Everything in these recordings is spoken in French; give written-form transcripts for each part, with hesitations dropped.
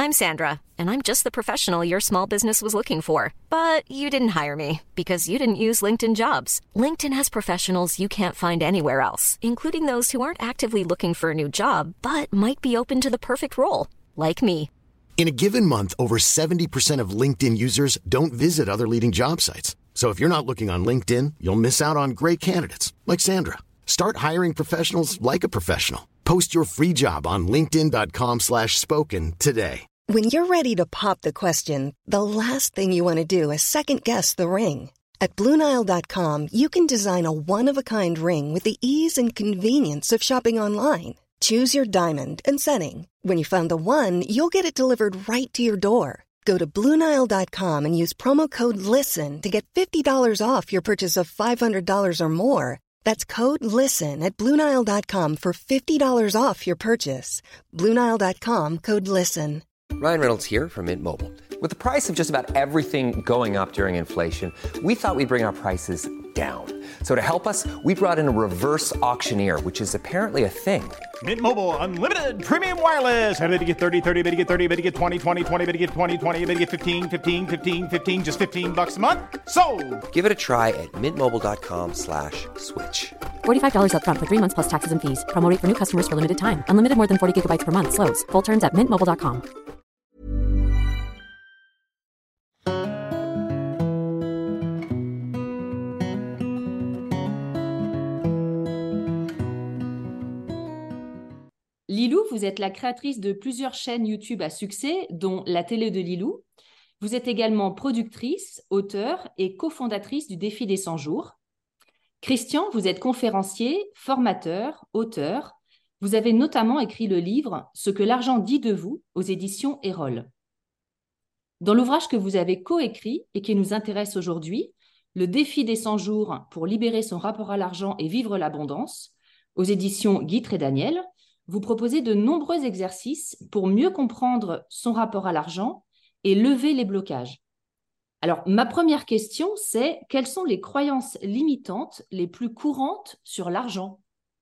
I'm Sandra, and I'm just the professional your small business was looking for. But you didn't hire me because you didn't use LinkedIn Jobs. LinkedIn has professionals you can't find anywhere else, including those who aren't actively looking for a new job, but might be open to the perfect role, like me. In a given month, over 70% of LinkedIn users don't visit other leading job sites. So if you're not looking on LinkedIn, you'll miss out on great candidates like Sandra. Start hiring professionals like a professional. Post your free job on linkedin.com/spoken today. When you're ready to pop the question, the last thing you want to do is second-guess the ring. At BlueNile.com, you can design a one-of-a-kind ring with the ease and convenience of shopping online. Choose your diamond and setting. When you find the one, you'll get it delivered right to your door. Go to BlueNile.com and use promo code LISTEN to get $50 off your purchase of $500 or more. That's code LISTEN at BlueNile.com for $50 off your purchase. BlueNile.com, code LISTEN. Ryan Reynolds here from Mint Mobile. With the price of just about everything going up during inflation, we thought we'd bring our prices down. So to help us, we brought in a reverse auctioneer, which is apparently a thing. Mint Mobile Unlimited Premium Wireless. How to get 30, 30, bit to get 30, bit to get 20, 20, 20, bit to get 20, 20, bit to get 15, 15, 15, 15, just $15 a month? Sold! Give it a try at mintmobile.com/switch. $45 up front for 3 months plus taxes and fees. Promo rate for new customers for limited time. Unlimited more than 40 gigabytes per month. Slows full terms at mintmobile.com. Lilou, vous êtes la créatrice de plusieurs chaînes YouTube à succès, dont La Télé de Lilou. Vous êtes également productrice, auteure et cofondatrice du Défi des 100 jours. Christian, vous êtes conférencier, formateur, auteur. Vous avez notamment écrit le livre « Ce que l'argent dit de vous » aux éditions Erol. Dans l'ouvrage que vous avez coécrit et qui nous intéresse aujourd'hui, Le Défi des 100 jours pour libérer son rapport à l'argent et vivre l'abondance, aux éditions Guy Trédaniel, vous proposez de nombreux exercices pour mieux comprendre son rapport à l'argent et lever les blocages. Alors, ma première question, c'est quelles sont les croyances limitantes les plus courantes sur l'argent?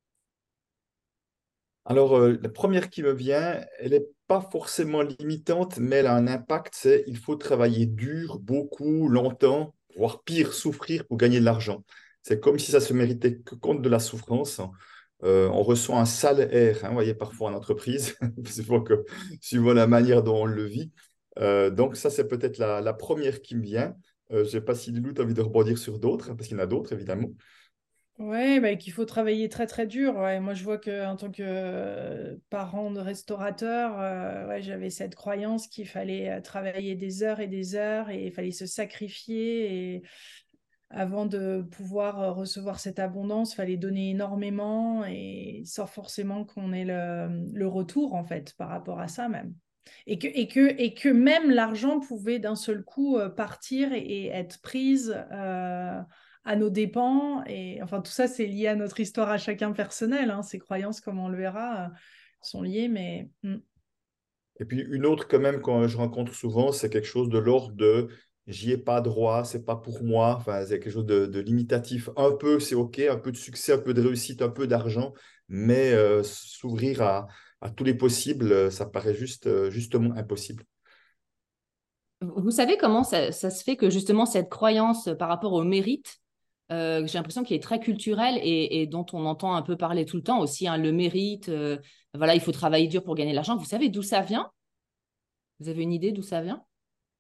Alors, la première qui me vient, elle n'est pas forcément limitante, mais elle a un impact, c'est il faut travailler dur, beaucoup, longtemps, voire pire, souffrir pour gagner de l'argent. C'est comme si ça se méritait que compte de la souffrance. On reçoit un salaire, vous voyez, parfois en entreprise, suivant la manière dont on le vit. Donc ça, c'est peut-être la première qui me vient. Je ne sais pas si Lilou, tu as envie de rebondir sur d'autres, parce qu'il y en a d'autres, évidemment. Oui, bah, qu'il faut travailler très très dur. Ouais. Moi, je vois qu'en tant que parent de restaurateur, ouais, j'avais cette croyance qu'il fallait travailler des heures et il fallait se sacrifier. Et avant de pouvoir recevoir cette abondance, il fallait donner énormément et sans forcément qu'on ait le retour, en fait, par rapport à ça même. Et que même l'argent pouvait d'un seul coup partir et être prise à nos dépens. Et enfin, tout ça, c'est lié à notre histoire à chacun personnelle. Hein. Ces croyances, comme on le verra, sont liées, mais... Et puis une autre quand même, quand je rencontre souvent, c'est quelque chose de l'ordre de j'y ai pas droit, c'est pas pour moi. Enfin, c'est quelque chose de limitatif. Un peu, c'est OK, un peu de succès, un peu de réussite, un peu d'argent, mais s'ouvrir à tous les possibles, ça paraît justement impossible. Vous savez comment ça se fait que justement cette croyance par rapport au mérite, j'ai l'impression qu'il est très culturel et dont on entend un peu parler tout le temps aussi, hein, le mérite, voilà, il faut travailler dur pour gagner de l'argent. Vous savez d'où ça vient? Vous avez une idée d'où ça vient?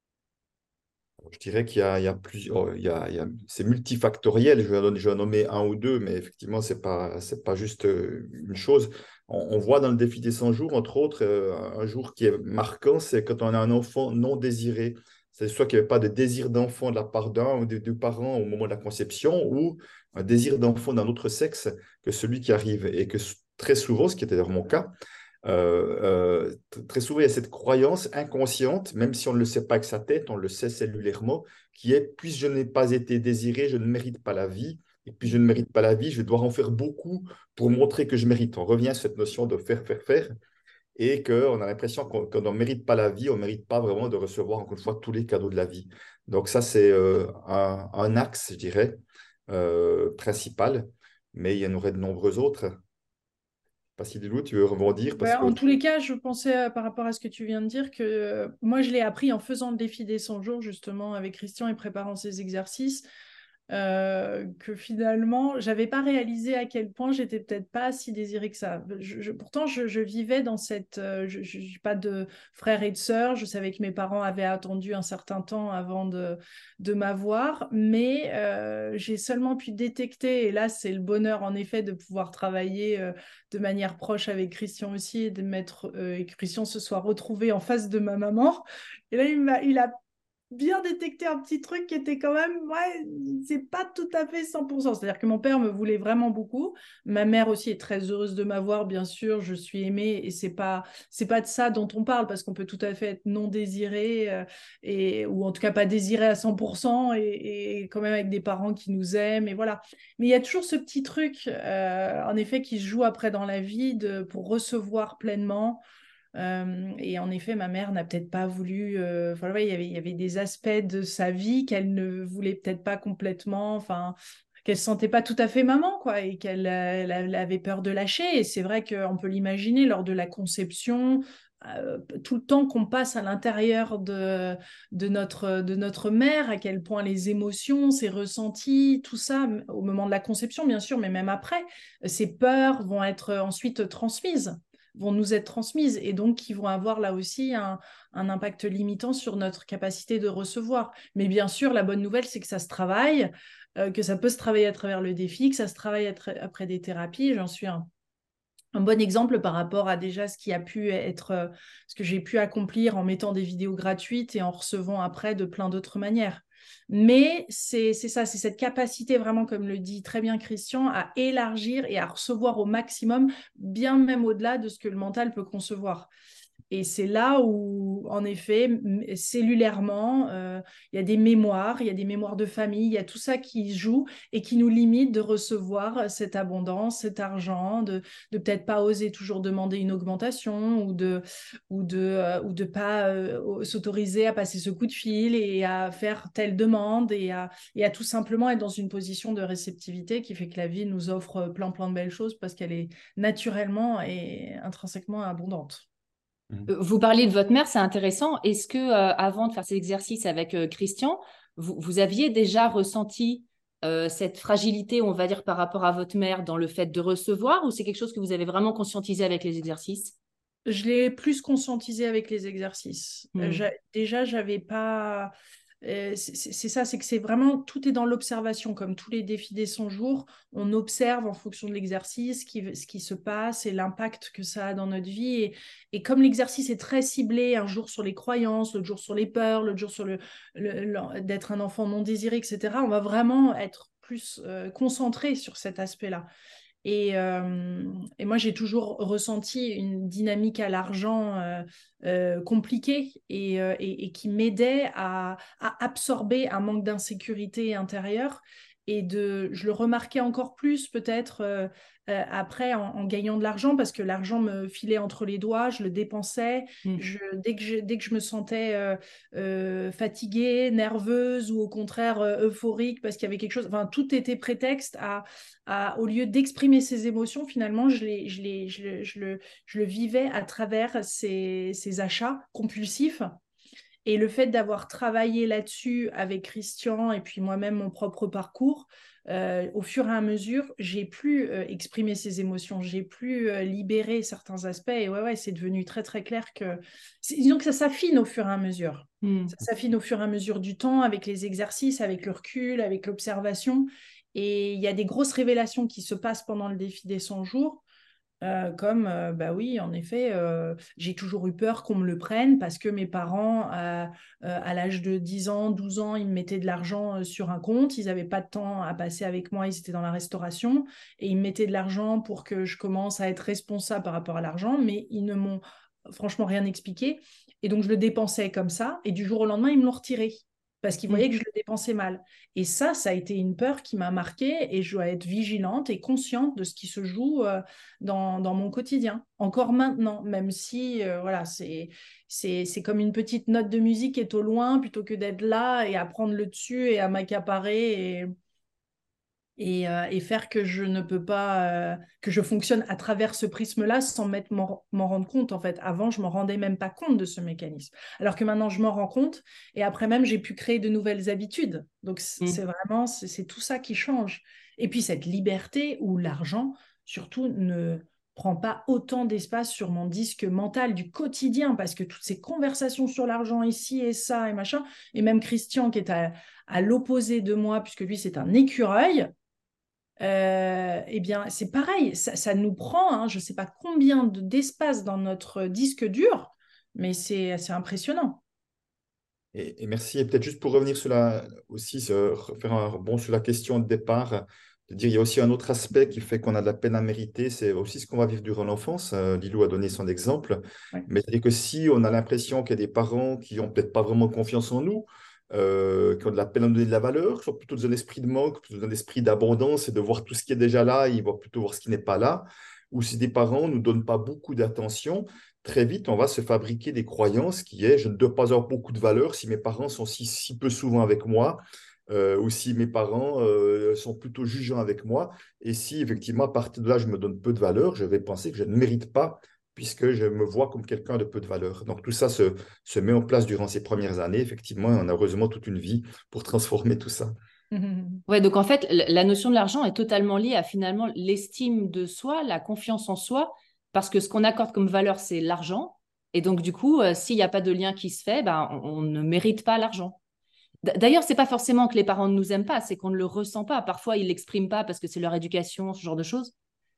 Je dirais qu'il y a plusieurs, c'est multifactoriel. Je vais en nommer un ou deux, mais effectivement, c'est pas juste une chose. On voit dans le défi des 100 jours, entre autres, un jour qui est marquant, c'est quand on a un enfant non désiré. C'est soit qu'il n'y avait pas de désir d'enfant de la part d'un ou des deux parents au moment de la conception, ou un désir d'enfant d'un autre sexe que celui qui arrive. Et que très souvent, ce qui était d'ailleurs mon cas, très souvent, il y a cette croyance inconsciente, même si on ne le sait pas avec sa tête, on le sait cellulairement, qui est, puisque je n'ai pas été désiré, je ne mérite pas la vie. Et puis, je ne mérite pas la vie, je dois en faire beaucoup pour montrer que je mérite. On revient sur cette notion de faire, faire, faire. Et qu'on a l'impression qu'on ne mérite pas la vie, on ne mérite pas vraiment de recevoir, encore une fois, tous les cadeaux de la vie. Donc ça, c'est un axe, je dirais, principal. Mais il y en aurait de nombreux autres. pas si Lilou, tu veux rebondir parce En que... tous les cas, je pensais par rapport à ce que tu viens de dire que moi, je l'ai appris en faisant le défi des 100 jours, justement, avec Christian et préparant ses exercices, que finalement, j'avais pas réalisé à quel point j'étais peut-être pas si désirée que ça. Pourtant, je vivais dans cette... je n'ai pas de frères et de sœurs, je savais que mes parents avaient attendu un certain temps avant de m'avoir, mais j'ai seulement pu détecter, et là, c'est le bonheur, en effet, de pouvoir travailler de manière proche avec Christian aussi, et et que Christian se soit retrouvé en face de ma maman. Et là, il a bien détecté un petit truc qui était quand même, ouais, c'est pas tout à fait 100%. C'est-à-dire que mon père me voulait vraiment beaucoup. Ma mère aussi est très heureuse de m'avoir, bien sûr. Je suis aimée et c'est pas de ça dont on parle parce qu'on peut tout à fait être non désiré ou en tout cas pas désiré à 100% et quand même avec des parents qui nous aiment et voilà. Mais il y a toujours ce petit truc, en effet, qui se joue après dans la vie pour recevoir pleinement. Et en effet, ma mère n'a peut-être pas voulu. Voilà, il y avait des aspects de sa vie qu'elle ne voulait peut-être pas complètement. Enfin, qu'elle se sentait pas tout à fait maman, quoi, et elle avait peur de lâcher. Et c'est vrai qu'on peut l'imaginer lors de la conception. Tout le temps qu'on passe à l'intérieur de notre mère, à quel point les émotions, ses ressentis, tout ça, au moment de la conception, bien sûr, mais même après, ces peurs vont être ensuite transmises vont nous être transmises et donc qui vont avoir là aussi un impact limitant sur notre capacité de recevoir. Mais bien sûr, la bonne nouvelle, c'est que ça se travaille, que ça peut se travailler à travers le défi, que ça se travaille après des thérapies. J'en suis un bon exemple par rapport à déjà ce qui a pu être, ce que j'ai pu accomplir en mettant des vidéos gratuites et en recevant après de plein d'autres manières. Mais c'est ça, c'est cette capacité vraiment, comme le dit très bien Christian, à élargir et à recevoir au maximum, bien même au-delà de ce que le mental peut concevoir. Et c'est là où, en effet, cellulairement, il y a des mémoires, il y a des mémoires de famille, il y a tout ça qui joue et qui nous limite de recevoir cette abondance, cet argent, de peut-être pas oser toujours demander une augmentation ou de pas s'autoriser à passer ce coup de fil et à faire telle demande et à tout simplement être dans une position de réceptivité qui fait que la vie nous offre plein de belles choses parce qu'elle est naturellement et intrinsèquement abondante. Vous parliez de votre mère, c'est intéressant. Est-ce que avant de faire ces exercices avec Christian, vous aviez déjà ressenti cette fragilité, on va dire, par rapport à votre mère dans le fait de recevoir, ou c'est quelque chose que vous avez vraiment conscientisé avec les exercices? Je l'ai plus conscientisé avec les exercices. Déjà, j'avais pas. C'est ça, c'est que c'est vraiment, tout est dans l'observation, comme tous les défis des 100 jours, on observe en fonction de l'exercice ce qui se passe et l'impact que ça a dans notre vie. Et comme l'exercice est très ciblé, un jour sur les croyances, l'autre jour sur les peurs, l'autre jour sur d'être un enfant non désiré, etc., on va vraiment être plus concentré sur cet aspect-là. Et moi, j'ai toujours ressenti une dynamique à l'argent compliquée et qui m'aidait à absorber un manque d'insécurité intérieure. Je le remarquais encore plus peut-être après en gagnant de l'argent parce que l'argent me filait entre les doigts, je le dépensais. Dès que je me sentais fatiguée, nerveuse ou au contraire euphorique parce qu'il y avait quelque chose, enfin, tout était prétexte au lieu d'exprimer ses émotions, finalement, je le vivais à travers ces achats compulsifs. Et le fait d'avoir travaillé là-dessus avec Christian et puis moi-même mon propre parcours, au fur et à mesure, j'ai pu exprimer ces émotions, j'ai pu libérer certains aspects. Et ouais, c'est devenu très, très clair que... Disons que ça s'affine au fur et à mesure. Ça s'affine au fur et à mesure du temps, avec les exercices, avec le recul, avec l'observation. Et il y a des grosses révélations qui se passent pendant le défi des 100 jours. Bah oui, en effet, j'ai toujours eu peur qu'on me le prenne parce que mes parents, à l'âge de 10 ans, 12 ans, ils me mettaient de l'argent sur un compte. Ils n'avaient pas de temps à passer avec moi, ils étaient dans la restauration et ils me mettaient de l'argent pour que je commence à être responsable par rapport à l'argent, mais ils ne m'ont franchement rien expliqué. Et donc, je le dépensais comme ça et du jour au lendemain, ils me l'ont retiré parce qu'ils voyaient que je le dépensais mal. Et ça a été une peur qui m'a marquée et je dois être vigilante et consciente de ce qui se joue dans mon quotidien. Encore maintenant, même si voilà, c'est comme une petite note de musique qui est au loin plutôt que d'être là et à prendre le dessus et à m'accaparer et faire que je ne peux pas, que je fonctionne à travers ce prisme-là sans m'en rendre compte, en fait. Avant, je ne m'en rendais même pas compte de ce mécanisme. Alors que maintenant, je m'en rends compte et après même, j'ai pu créer de nouvelles habitudes. Donc, c'est vraiment, c'est tout ça qui change. Et puis, cette liberté où l'argent, surtout, ne prend pas autant d'espace sur mon disque mental du quotidien, parce que toutes ces conversations sur l'argent ici et ça et machin, et même Christian qui est à l'opposé de moi, puisque lui, c'est un écureuil, eh bien, c'est pareil, ça nous prend, hein, je ne sais pas combien d'espace dans notre disque dur, mais c'est impressionnant. Et merci. Et peut-être juste pour revenir sur aussi, faire un rebond sur la question de départ, de dire il y a aussi un autre aspect qui fait qu'on a de la peine à mériter, c'est aussi ce qu'on va vivre durant l'enfance. Lilou a donné son exemple. Ouais. Mais c'est-à-dire que si on a l'impression qu'il y a des parents qui n'ont peut-être pas vraiment confiance en nous, qui ont de la peine à nous donner de la valeur, qui sont plutôt dans un esprit de manque, plutôt dans un esprit d'abondance et de voir tout ce qui est déjà là, ils vont plutôt voir ce qui n'est pas là, ou si des parents ne nous donnent pas beaucoup d'attention, très vite, on va se fabriquer des croyances qui est je ne dois pas avoir beaucoup de valeur si mes parents sont si peu souvent avec moi, ou si mes parents sont plutôt jugeants avec moi. Et si effectivement, à partir de là, je me donne peu de valeur, je vais penser que je ne mérite pas puisque je me vois comme quelqu'un de peu de valeur. Donc tout ça se met en place durant ces premières années, effectivement, et on a heureusement toute une vie pour transformer tout ça. Ouais, donc en fait, la notion de l'argent est totalement liée à finalement l'estime de soi, la confiance en soi, parce que ce qu'on accorde comme valeur, c'est l'argent. Et donc, du coup, s'il n'y a pas de lien qui se fait, ben, on ne mérite pas l'argent. D'ailleurs, c'est pas forcément que les parents ne nous aiment pas, c'est qu'on ne le ressent pas. Parfois, ils l'expriment pas parce que c'est leur éducation, ce genre de choses.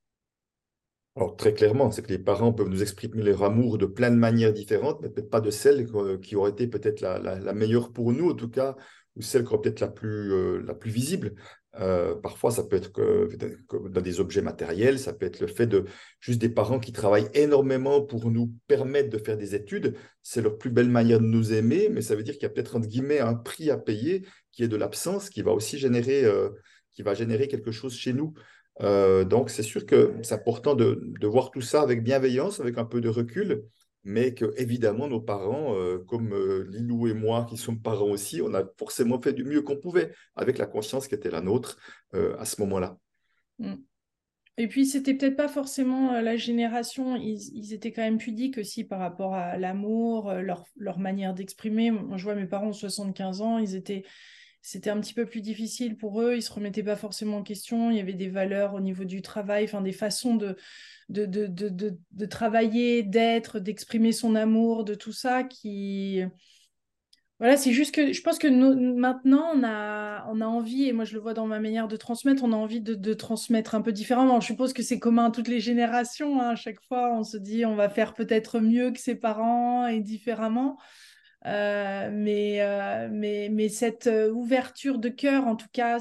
Alors, très clairement, c'est que les parents peuvent nous exprimer leur amour de plein de manières différentes, mais peut-être pas de celle qui aurait été peut-être la meilleure pour nous, en tout cas, ou celle qui aurait peut-être la plus visible. Parfois, ça peut être que dans des objets matériels, ça peut être le fait de juste des parents qui travaillent énormément pour nous permettre de faire des études. C'est leur plus belle manière de nous aimer, mais ça veut dire qu'il y a peut-être, entre guillemets, un prix à payer qui est de l'absence, qui va aussi qui va générer quelque chose chez nous. Donc, c'est sûr que c'est important de voir tout ça avec bienveillance, avec un peu de recul, mais que évidemment nos parents, comme Lilou et moi qui sommes parents aussi, on a forcément fait du mieux qu'on pouvait, avec la conscience qui était la nôtre à ce moment-là. Mm. Et puis, c'était peut-être pas forcément la génération, ils étaient quand même pudiques aussi par rapport à l'amour, leur manière d'exprimer. Moi, je vois mes parents ont 75 ans, c'était un petit peu plus difficile pour eux, ils se remettaient pas forcément en question, il y avait des valeurs au niveau du travail, enfin des façons de travailler, d'être, d'exprimer son amour, de tout ça qui... Voilà, c'est juste que je pense que maintenant, on a envie, et moi je le vois dans ma manière de transmettre, on a envie de transmettre un peu différemment. Je suppose que c'est commun à toutes les générations, hein. À chaque fois, on se dit on va faire peut-être mieux que ses parents et différemment. Mais cette ouverture de cœur, en tout cas,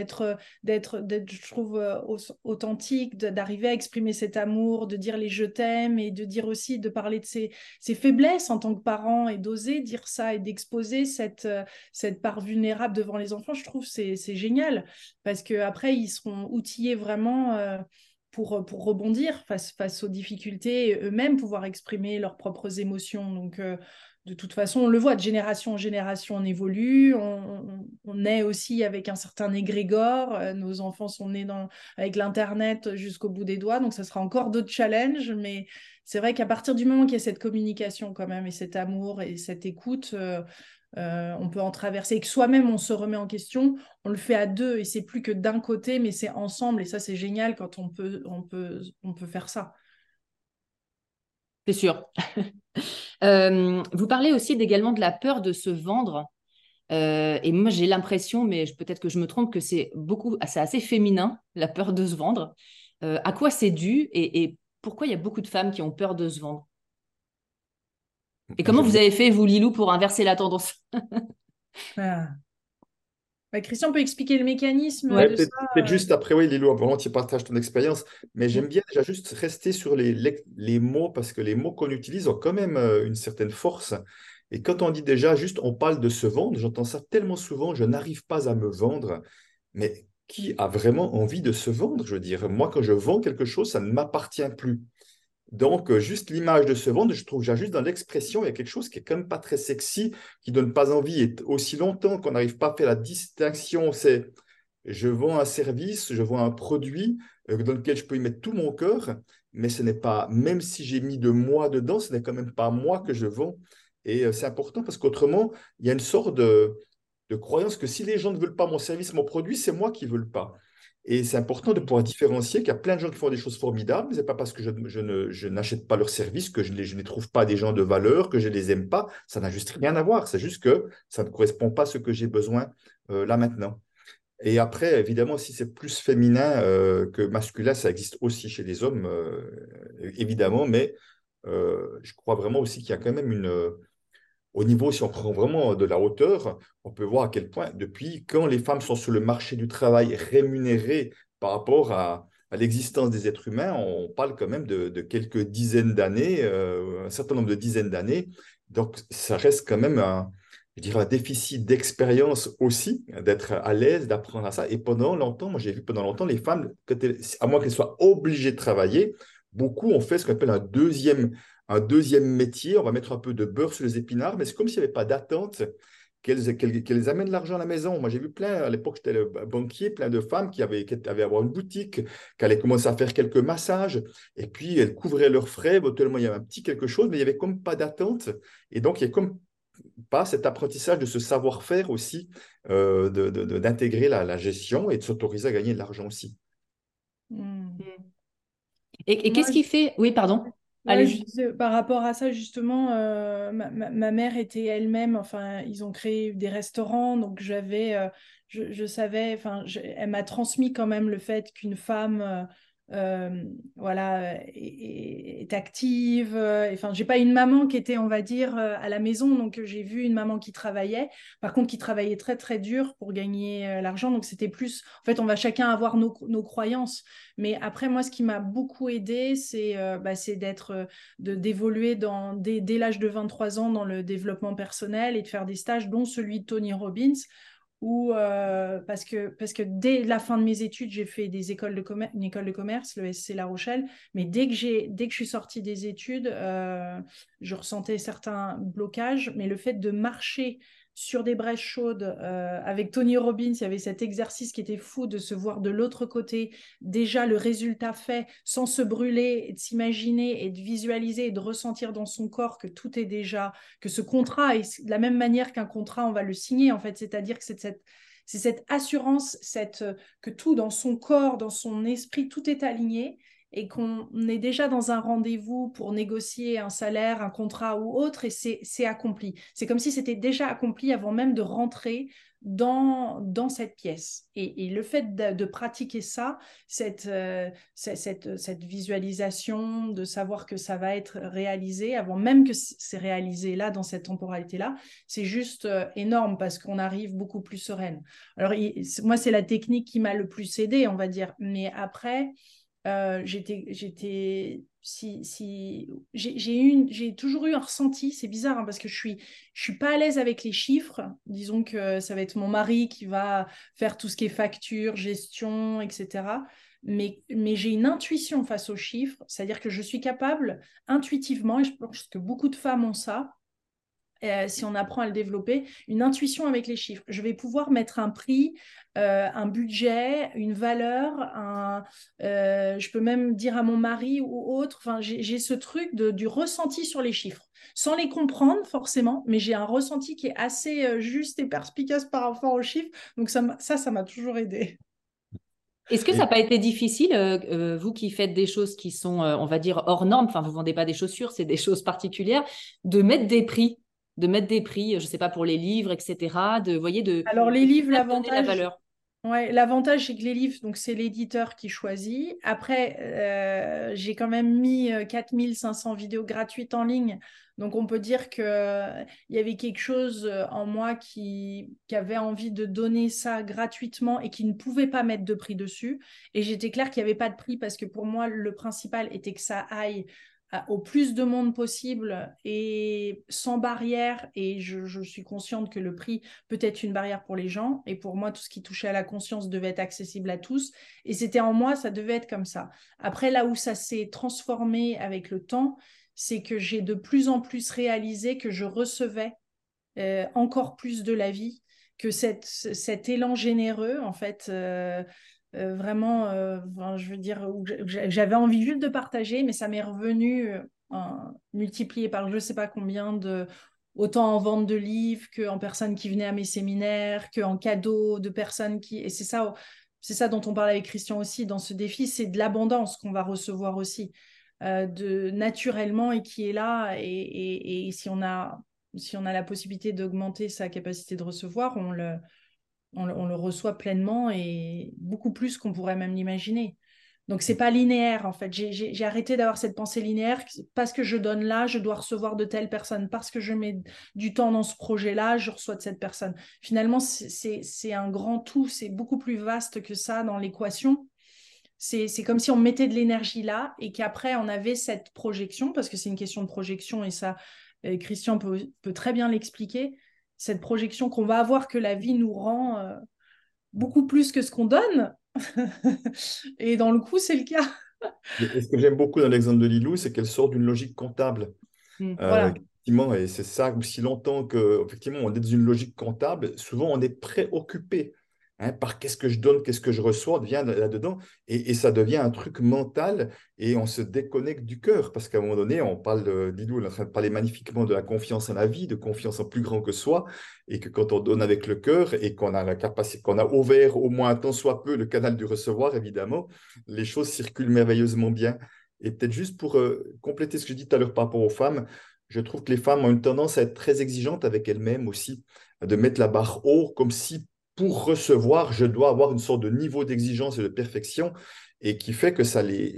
je trouve, authentique, d'arriver à exprimer cet amour, de dire les je t'aime et de dire aussi, de parler de ses faiblesses en tant que parent et d'oser dire ça et d'exposer cette part vulnérable devant les enfants, je trouve c'est génial parce qu'après, ils seront outillés vraiment pour rebondir face aux difficultés et eux-mêmes pouvoir exprimer leurs propres émotions. Donc, de toute façon, on le voit, de génération en génération, on évolue. On est aussi avec un certain égrégore. Nos enfants sont nés avec l'Internet jusqu'au bout des doigts. Donc, ça sera encore d'autres challenges. Mais c'est vrai qu'à partir du moment qu'il y a cette communication quand même et cet amour et cette écoute, on peut en traverser. Et que soi-même, on se remet en question. On le fait à deux et c'est plus que d'un côté, mais c'est ensemble. Et ça, c'est génial quand on peut faire ça. C'est sûr. Vous parlez aussi également de la peur de se vendre. Et moi, j'ai l'impression, mais peut-être que je me trompe, que c'est assez féminin, la peur de se vendre. À quoi c'est dû et pourquoi il y a beaucoup de femmes qui ont peur de se vendre? Et comment vous avez fait, vous, Lilou, pour inverser la tendance? Ah. Bah, Christian peut expliquer le mécanisme Ouais, de peut-être ça. peut-être juste après, oui, Lilou, volontiers partage ton expérience, mais j'aime bien déjà juste rester sur les mots, parce que les mots qu'on utilise ont quand même une certaine force. Et quand on dit déjà juste, on parle de se vendre, j'entends ça tellement souvent, je n'arrive pas à me vendre, mais qui a vraiment envie de se vendre? Je veux dire, moi, quand je vends quelque chose, ça ne m'appartient plus. Donc, juste l'image de se vendre, je trouve, déjà juste dans l'expression, il y a quelque chose qui est quand même pas très sexy, qui donne pas envie. Et aussi longtemps qu'on n'arrive pas à faire la distinction, je vends un service, je vends un produit dans lequel je peux y mettre tout mon cœur, mais ce n'est pas, même si j'ai mis de moi dedans, ce n'est quand même pas moi que je vends. Et c'est important parce qu'autrement, il y a une sorte de croyance que si les gens ne veulent pas mon service, mon produit, c'est moi qui ne veux pas. Et c'est important de pouvoir différencier qu'il y a plein de gens qui font des choses formidables. Ce n'est pas parce que je n'achète pas leurs services que je ne les trouve pas des gens de valeur, que je ne les aime pas. Ça n'a juste rien à voir. C'est juste que ça ne correspond pas à ce que j'ai besoin là maintenant. Et après, évidemment, si c'est plus féminin que masculin, ça existe aussi chez les hommes, évidemment, mais je crois vraiment aussi qu'il y a quand même au niveau, si on prend vraiment de la hauteur, on peut voir à quel point, depuis quand les femmes sont sur le marché du travail rémunérées par rapport à l'existence des êtres humains, on parle quand même de quelques dizaines d'années, un certain nombre de dizaines d'années. Donc, ça reste quand même je dirais un déficit d'expérience aussi, d'être à l'aise, d'apprendre à ça. Et pendant longtemps, moi j'ai vu pendant longtemps les femmes, à moins qu'elles soient obligées de travailler, beaucoup ont fait ce qu'on appelle un deuxième métier. On va mettre un peu de beurre sur les épinards, mais c'est comme s'il n'y avait pas d'attente qu'elles amènent l'argent à la maison. Moi j'ai vu plein, à l'époque j'étais le banquier, plein de femmes qui avaient avoir une boutique, qui allaient commencer à faire quelques massages, et puis elles couvraient leurs frais, tellement il y avait un petit quelque chose, mais il n'y avait comme pas d'attente. Et donc il y a comme pas cet apprentissage de ce savoir-faire aussi, d'intégrer la gestion et de s'autoriser à gagner de l'argent aussi. Hmm. Et Moi, qu'est-ce qui fait... Oui, pardon. ouais, je Allez-y. disais, par rapport à ça, justement, ma mère était elle-même, enfin, ils ont créé des restaurants, donc je savais, enfin, elle m'a transmis quand même le fait qu'une femme, voilà, est active. Enfin, j'ai pas une maman qui était, on va dire, à la maison, donc j'ai vu une maman qui travaillait, par contre, qui travaillait très, très dur pour gagner l'argent, donc c'était plus, en fait, on va chacun avoir nos croyances. Mais après, moi, ce qui m'a beaucoup aidé, c'est d'évoluer dès l'âge de 23 ans dans le développement personnel et de faire des stages, dont celui de Tony Robbins, parce que dès la fin de mes études, j'ai fait une école de commerce, le SC La Rochelle, mais dès que je suis sortie des études, je ressentais certains blocages, mais le fait de marcher sur des braises chaudes avec Tony Robbins, il y avait cet exercice qui était fou de se voir de l'autre côté, déjà le résultat fait, sans se brûler, et de s'imaginer et de visualiser et de ressentir dans son corps que tout est déjà, que ce contrat est de la même manière qu'un contrat, on va le signer en fait, c'est-à-dire que c'est cette assurance, que tout dans son corps, dans son esprit, tout est aligné et qu'on est déjà dans un rendez-vous pour négocier un salaire, un contrat ou autre, et c'est accompli. C'est comme si c'était déjà accompli avant même de rentrer dans cette pièce. Et le fait de pratiquer ça, cette visualisation, de savoir que ça va être réalisé, avant même que c'est réalisé là, dans cette temporalité-là, c'est juste énorme parce qu'on arrive beaucoup plus sereine. Alors, moi, c'est la technique qui m'a le plus aidée, on va dire. Mais après, j'ai toujours eu un ressenti, c'est bizarre hein, parce que je suis pas à l'aise avec les chiffres. Disons que ça va être mon mari qui va faire tout ce qui est facture, gestion, etc. Mais j'ai une intuition face aux chiffres, c'est-à-dire que je suis capable intuitivement, et je pense que beaucoup de femmes ont ça, si on apprend à le développer, une intuition avec les chiffres. Je vais pouvoir mettre un prix, un budget, une valeur, je peux même dire à mon mari ou autre, enfin, j'ai ce truc du ressenti sur les chiffres, sans les comprendre forcément, mais j'ai un ressenti qui est assez juste et perspicace par rapport aux chiffres, donc ça m'a toujours aidé. Est-ce que ça Et n'a pas été difficile, vous qui faites des choses qui sont, on va dire, hors normes, enfin, vous ne vendez pas des chaussures, c'est des choses particulières, de mettre des prix, je ne sais pas, pour les livres, etc., Alors les livres, donner la valeur. ouais, l'avantage, c'est que les livres, donc c'est l'éditeur qui choisit. Après, j'ai quand même mis 4500 vidéos gratuites en ligne. Donc, on peut dire qu'il y avait quelque chose en moi qui avait envie de donner ça gratuitement et qui ne pouvait pas mettre de prix dessus. Et j'étais claire qu'il n'y avait pas de prix parce que pour moi, le principal était que ça aille au plus de monde possible et sans barrière. Et je suis consciente que le prix peut être une barrière pour les gens. Et pour moi, tout ce qui touchait à la conscience devait être accessible à tous. Et c'était en moi, ça devait être comme ça. Après, là où ça s'est transformé avec le temps, c'est que j'ai de plus en plus réalisé que je recevais encore plus de la vie que cet élan généreux, en fait, vraiment, je veux dire, où j'avais envie juste de partager, mais ça m'est revenu multiplié par je ne sais pas combien autant en vente de livres qu'en personnes qui venaient à mes séminaires, qu'en cadeaux de personnes qui... Et c'est ça dont on parle avec Christian aussi dans ce défi, c'est de l'abondance qu'on va recevoir aussi, naturellement et qui est là. Et si on a la possibilité d'augmenter sa capacité de recevoir, on le reçoit pleinement et beaucoup plus qu'on pourrait même l'imaginer. Donc, c'est pas linéaire, en fait. J'ai arrêté d'avoir cette pensée linéaire. Parce que je donne là, je dois recevoir de telle personne. Parce que je mets du temps dans ce projet-là, je reçois de cette personne. Finalement, c'est un grand tout. C'est beaucoup plus vaste que ça dans l'équation. C'est comme si on mettait de l'énergie là et qu'après, on avait cette projection, parce que c'est une question de projection et ça, Christian peut très bien l'expliquer, cette projection qu'on va avoir que la vie nous rend beaucoup plus que ce qu'on donne. Et dans le coup, c'est le cas. Et ce que j'aime beaucoup dans l'exemple de Lilou, c'est qu'elle sort d'une logique comptable. Voilà. Effectivement, et c'est ça, aussi longtemps que, effectivement, on est dans une logique comptable, souvent on est préoccupé par qu'est-ce que je donne, qu'est-ce que je reçois, devient là-dedans, et ça devient un truc mental, et on se déconnecte du cœur, parce qu'à un moment donné, on parle Lilou, elle est en train de parler magnifiquement de la confiance en la vie, de confiance en plus grand que soi, et que quand on donne avec le cœur, et qu'on a la capacité, qu'on a ouvert au moins un tant soit peu le canal du recevoir, évidemment, les choses circulent merveilleusement bien. Et peut-être juste pour compléter ce que je dis tout à l'heure par rapport aux femmes, je trouve que les femmes ont une tendance à être très exigeantes avec elles-mêmes aussi, de mettre la barre haut, comme si pour recevoir, je dois avoir une sorte de niveau d'exigence et de perfection, et qui fait que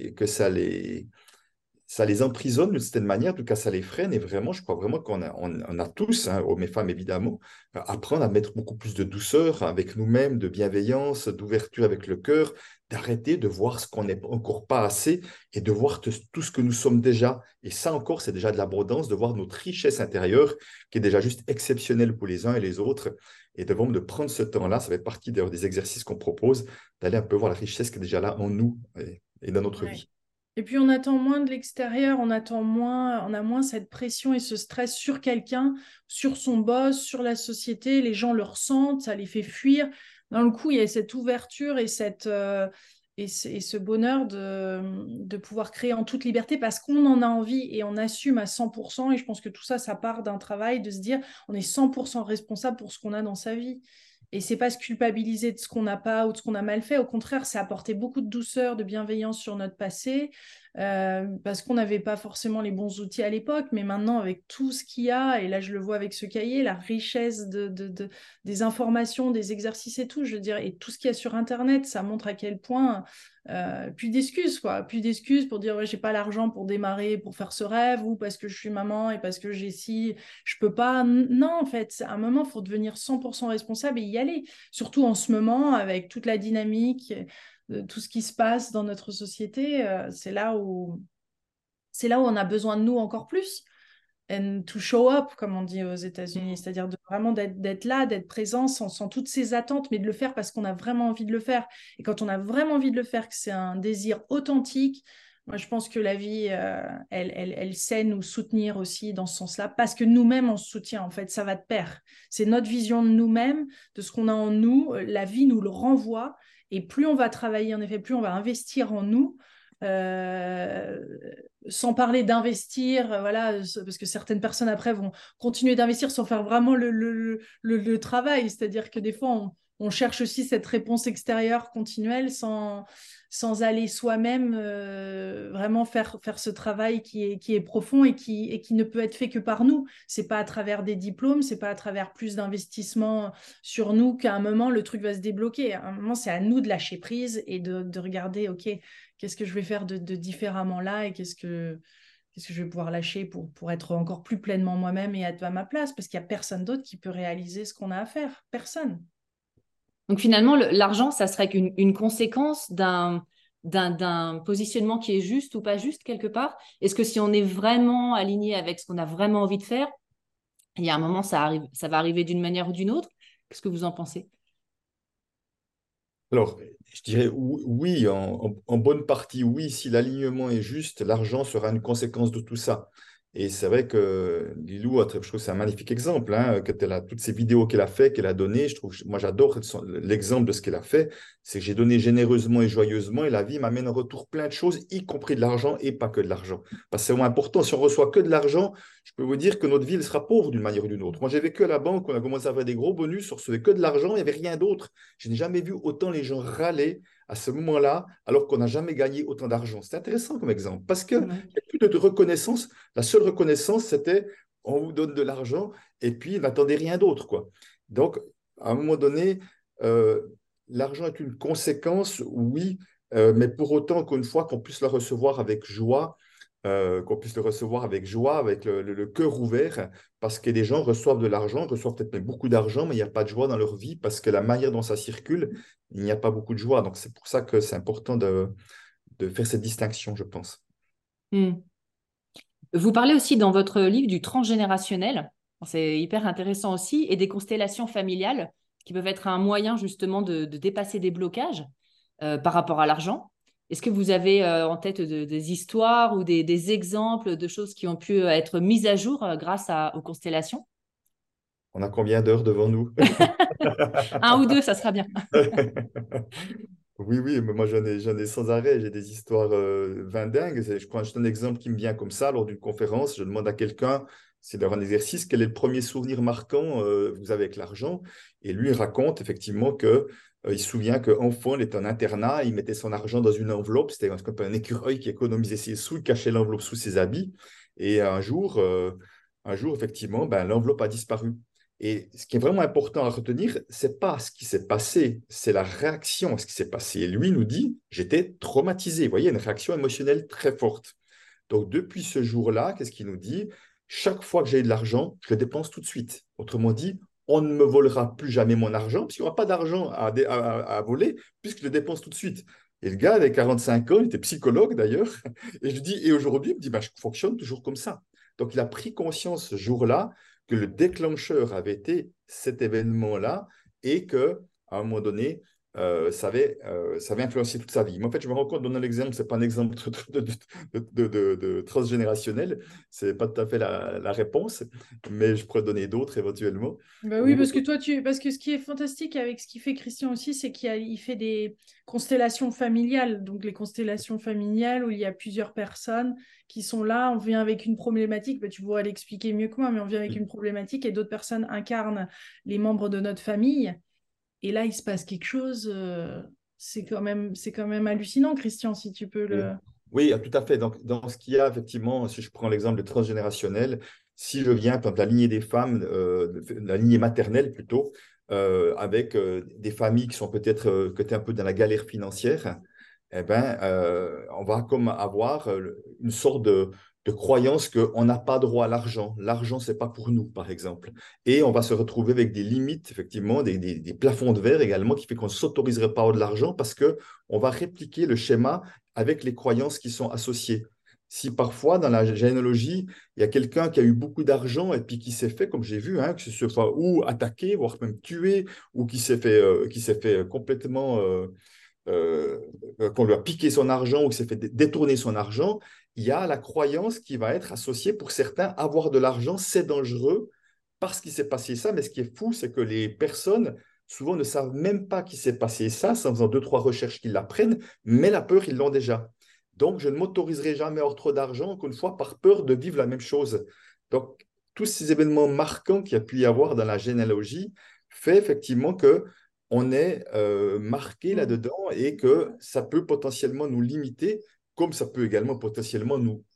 ça les emprisonne d'une certaine manière, en tout cas ça les freine. Et vraiment, je crois vraiment on a tous, hommes et femmes évidemment, apprendre à mettre beaucoup plus de douceur avec nous-mêmes, de bienveillance, d'ouverture avec le cœur, d'arrêter de voir ce qu'on n'est encore pas assez et de voir tout ce que nous sommes déjà. Et ça encore, c'est déjà de l'abondance, de voir notre richesse intérieure qui est déjà juste exceptionnelle pour les uns et les autres. Et de prendre ce temps-là, ça fait partie d'ailleurs des exercices qu'on propose, d'aller un peu voir la richesse qui est déjà là en nous et dans notre vie. Et puis on attend moins de l'extérieur, on a moins cette pression et ce stress sur quelqu'un, sur son boss, sur la société. Les gens le ressentent, ça les fait fuir. Dans le coup, il y a cette ouverture et ce bonheur de pouvoir créer en toute liberté parce qu'on en a envie et on assume à 100%. Et je pense que tout ça, ça part d'un travail de se dire on est 100% responsable pour ce qu'on a dans sa vie. Et c'est pas se culpabiliser de ce qu'on n'a pas ou de ce qu'on a mal fait. Au contraire, c'est apporter beaucoup de douceur, de bienveillance sur notre passé, parce qu'on n'avait pas forcément les bons outils à l'époque. Mais maintenant, avec tout ce qu'il y a, et là, je le vois avec ce cahier, la richesse des informations, des exercices et tout, je veux dire, et tout ce qu'il y a sur Internet, ça montre à quel point... plus d'excuses, quoi. Plus d'excuses pour dire ouais, j'ai pas l'argent pour démarrer, pour faire ce rêve, ou parce que je suis maman et parce que j'ai je peux pas. Non, en fait, à un moment, il faut devenir 100% responsable et y aller. Surtout en ce moment, avec toute la dynamique, tout ce qui se passe dans notre société, c'est là où on a besoin de nous encore plus. And to show up, comme on dit aux États-Unis, c'est-à-dire vraiment d'être là, d'être présent sans toutes ces attentes, mais de le faire parce qu'on a vraiment envie de le faire. Et quand on a vraiment envie de le faire, que c'est un désir authentique, moi je pense que la vie, elle sait nous soutenir aussi dans ce sens-là, parce que nous-mêmes on se soutient, en fait, ça va de pair. C'est notre vision de nous-mêmes, de ce qu'on a en nous, la vie nous le renvoie, et plus on va travailler, en effet, plus on va investir en nous, sans parler d'investir, voilà, parce que certaines personnes après vont continuer d'investir sans faire vraiment le travail, c'est-à-dire que des fois on cherche aussi cette réponse extérieure continuelle sans aller soi-même vraiment faire ce travail qui est profond et qui ne peut être fait que par nous. C'est pas à travers des diplômes, c'est pas à travers plus d'investissement sur nous qu'à un moment le truc va se débloquer. À un moment, c'est à nous de lâcher prise et de regarder, ok, qu'est-ce que je vais faire de différemment là et qu'est-ce que je vais pouvoir lâcher pour être encore plus pleinement moi-même et être à ma place, parce qu'il n'y a personne d'autre qui peut réaliser ce qu'on a à faire. Personne. Donc finalement, l'argent, ça serait qu'une conséquence d'un positionnement qui est juste ou pas juste quelque part. Est-ce que si on est vraiment aligné avec ce qu'on a vraiment envie de faire, il y a un moment, ça va arriver d'une manière ou d'une autre? Qu'est-ce que vous en pensez? Alors, je dirais oui, en bonne partie, oui, si l'alignement est juste, l'argent sera une conséquence de tout ça. Et c'est vrai que Lilou, je trouve que c'est un magnifique exemple, hein, que toutes ces vidéos qu'elle a fait, qu'elle a données. Moi, j'adore l'exemple de ce qu'elle a fait. C'est que j'ai donné généreusement et joyeusement et la vie m'amène en retour plein de choses, y compris de l'argent et pas que de l'argent. Parce que c'est vraiment important. Si on reçoit que de l'argent, je peux vous dire que notre vie elle sera pauvre d'une manière ou d'une autre. Moi, j'ai vécu à la banque, on a commencé à faire des gros bonus, on recevait que de l'argent, il n'y avait rien d'autre. Je n'ai jamais vu autant les gens râler à ce moment-là, alors qu'on n'a jamais gagné autant d'argent. C'est intéressant comme exemple, parce qu'il n'y a plus de reconnaissance. La seule reconnaissance, c'était on vous donne de l'argent et puis n'attendez rien d'autre, quoi. Donc, à un moment donné, euh, l'argent est une conséquence, oui, mais pour autant qu'une fois qu'on puisse le recevoir avec joie, avec le cœur ouvert, parce que les gens reçoivent de l'argent, reçoivent peut-être même beaucoup d'argent, mais il n'y a pas de joie dans leur vie, parce que la manière dont ça circule, il n'y a pas beaucoup de joie. Donc, c'est pour ça que c'est important de faire cette distinction, je pense. Hmm. Vous parlez aussi dans votre livre du transgénérationnel. C'est hyper intéressant aussi, et des constellations familiales qui peuvent être un moyen justement de dépasser des blocages par rapport à l'argent. Est-ce que vous avez en tête des histoires ou des exemples de choses qui ont pu être mises à jour aux constellations? On a combien d'heures devant nous? Un ou deux, ça sera bien. Oui, oui, mais moi j'en ai sans arrêt, j'ai des histoires vindingues. Je prends juste un exemple qui me vient comme ça lors d'une conférence. Je demande à quelqu'un, c'est d'avoir un exercice, quel est le premier souvenir marquant vous avez avec l'argent? Et lui il raconte effectivement que il se souvient qu'enfant, il était en internat, il mettait son argent dans une enveloppe, c'était comme un écureuil qui économisait ses sous, il cachait l'enveloppe sous ses habits. Et un jour effectivement, ben, l'enveloppe a disparu. Et ce qui est vraiment important à retenir, c'est pas ce qui s'est passé, c'est la réaction à ce qui s'est passé. Et lui nous dit, j'étais traumatisé. Vous voyez, une réaction émotionnelle très forte. Donc, depuis ce jour-là, qu'est-ce qu'il nous dit? Chaque fois que j'ai de l'argent, je le dépense tout de suite. Autrement dit, on ne me volera plus jamais mon argent, puisqu'il n'y aura pas d'argent à voler, puisque je le dépense tout de suite. Et le gars avait 45 ans, il était psychologue d'ailleurs, et je lui dis, et aujourd'hui, il me dit, bah, je fonctionne toujours comme ça. Donc, il a pris conscience ce jour-là que le déclencheur avait été cet événement-là et que à un moment donné, ça avait influencé toute sa vie. Mais en fait, je me rends compte, donnant l'exemple, ce n'est pas un exemple de transgénérationnel, ce n'est pas tout à fait la réponse, mais je pourrais donner d'autres éventuellement. Bah oui, parce que ce qui est fantastique avec ce qu'il fait Christian aussi, c'est il fait des constellations familiales. Donc les constellations familiales où il y a plusieurs personnes qui sont là, on vient avec une problématique, bah, tu pourrais l'expliquer mieux que moi, mais on vient avec une problématique et d'autres personnes incarnent les membres de notre famille. Et là, il se passe quelque chose, c'est quand même hallucinant, Christian, si tu peux le... Oui, tout à fait. Donc, dans ce qu'il y a, effectivement, si je prends l'exemple de transgénérationnel, si je viens, par exemple, la lignée des femmes, la lignée maternelle plutôt, avec des familles qui sont peut-être un peu dans la galère financière, eh ben, on va comme avoir une sorte de croyance qu'on n'a pas droit à l'argent. L'argent, c'est pas pour nous, par exemple. Et on va se retrouver avec des limites, effectivement, des plafonds de verre également, qui fait qu'on ne s'autoriserait pas à avoir de l'argent parce qu'on va répliquer le schéma avec les croyances qui sont associées. Si parfois, dans la généalogie, il y a quelqu'un qui a eu beaucoup d'argent et puis qui s'est fait, comme j'ai vu, hein, que ce soit ou attaqué, voire même tué, ou qui s'est fait complètement... qu'on lui a piqué son argent ou qu'il s'est fait détourner son argent, il y a la croyance qui va être associée pour certains, avoir de l'argent, c'est dangereux parce qu'il s'est passé ça. Mais ce qui est fou, c'est que les personnes, souvent, ne savent même pas qu'il s'est passé ça, c'est en faisant deux, trois recherches qu'ils l'apprennent, mais la peur, ils l'ont déjà. Donc, je ne m'autoriserai jamais à avoir trop d'argent, encore une fois, par peur de vivre la même chose. Donc, tous ces événements marquants qu'il y a pu y avoir dans la généalogie fait effectivement que on est marqué là-dedans et que ça peut potentiellement nous limiter, comme ça peut également potentiellement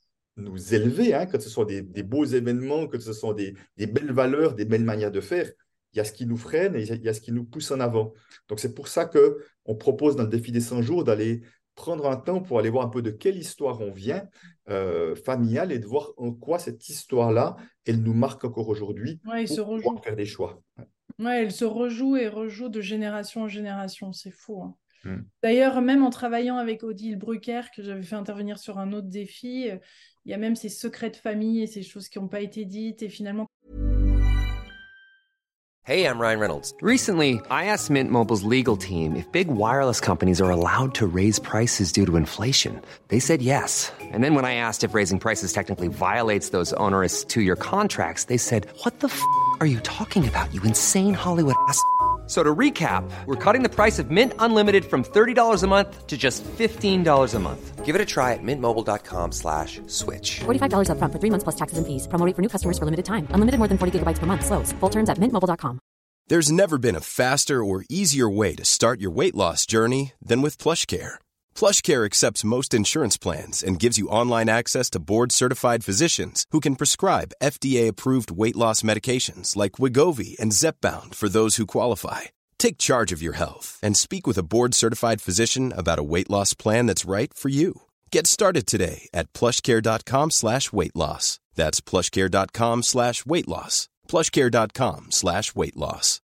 nous élever, hein, que ce soit des beaux événements, que ce soit des belles valeurs, des belles manières de faire. Il y a ce qui nous freine et il y a ce qui nous pousse en avant. Donc, c'est pour ça qu'on propose dans le défi des 100 jours d'aller prendre un temps pour aller voir un peu de quelle histoire on vient, familiale, et de voir en quoi cette histoire-là, elle nous marque encore aujourd'hui pour pouvoir faire des choix. Ouais, elle se rejoue et rejoue de génération en génération, c'est fou, hein. Mm. D'ailleurs, même en travaillant avec Odile Brucker, que j'avais fait intervenir sur un autre défi, il y a même ces secrets de famille et ces choses qui n'ont pas été dites. Et finalement, Hey, I'm Ryan Reynolds. Recently, I asked Mint Mobile's legal team if big wireless companies are allowed to raise prices due to inflation. They said yes. And then when I asked if raising prices technically violates those onerous two-year contracts, they said, "What the f*** are you talking about, you insane Hollywood ass?" So to recap, we're cutting the price of Mint Unlimited from $30 a month to just $15 a month. Give it a try at mintmobile.com/switch. $45 up front for 3 months plus taxes and fees. Promo rate for new customers for limited time. Unlimited more than 40 gigabytes per month. Slows full terms at mintmobile.com. There's never been a faster or easier way to start your weight loss journey than with PlushCare. PlushCare accepts most insurance plans and gives you online access to board-certified physicians who can prescribe FDA-approved weight loss medications like Wegovy and Zepbound for those who qualify. Take charge of your health and speak with a board-certified physician about a weight loss plan that's right for you. Get started today at plushcare.com/weight loss. That's plushcare.com/weight loss. plushcare.com/weight loss.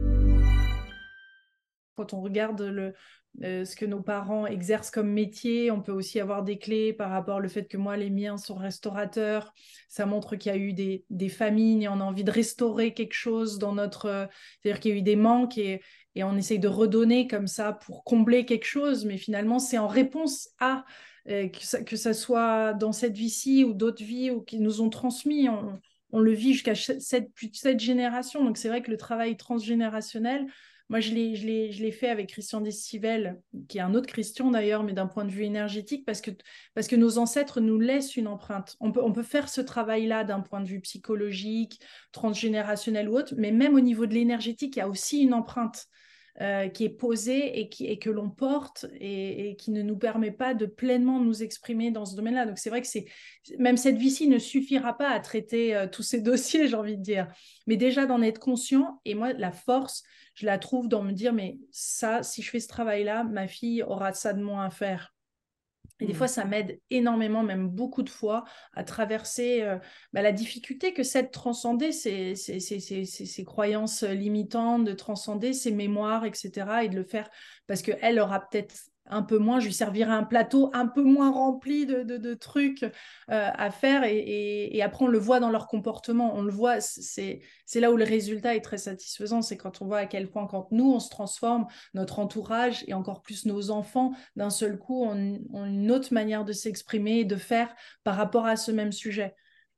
Quand on regarde ce que nos parents exercent comme métier, on peut aussi avoir des clés par rapport au fait que moi, les miens sont restaurateurs. Ça montre qu'il y a eu des famines et on a envie de restaurer quelque chose dans notre... c'est-à-dire qu'il y a eu des manques et on essaye de redonner comme ça pour combler quelque chose. Mais finalement, c'est en réponse à... que ça soit dans cette vie-ci ou d'autres vies ou qui nous ont transmis. On le vit jusqu'à plus de 7 générations. Donc, c'est vrai que le travail transgénérationnel... Moi, je l'ai fait avec Christian Destivelle, qui est un autre Christian d'ailleurs, mais d'un point de vue énergétique, parce que nos ancêtres nous laissent une empreinte. On peut faire ce travail-là d'un point de vue psychologique, transgénérationnel ou autre, mais même au niveau de l'énergétique, il y a aussi une empreinte qui est posée et que l'on porte et qui ne nous permet pas de pleinement nous exprimer dans ce domaine-là. Donc, c'est vrai que même cette vie-ci ne suffira pas à traiter tous ces dossiers, j'ai envie de dire. Mais déjà d'en être conscient, et moi, la force... je la trouve dans me dire, mais ça, si je fais ce travail-là, ma fille aura ça de moins à faire. Et des fois, ça m'aide énormément, même beaucoup de fois, à traverser la difficulté que c'est de transcender ces croyances limitantes, de transcender ces mémoires, etc. Et de le faire parce qu'elle aura peut-être un peu moins, je lui servirai un plateau un peu moins rempli de trucs à faire et après on le voit dans leur comportement, on le voit, c'est là où le résultat est très satisfaisant, c'est quand on voit à quel point quand nous on se transforme, notre entourage et encore plus nos enfants d'un seul coup ont une autre manière de s'exprimer et de faire par rapport à ce même sujet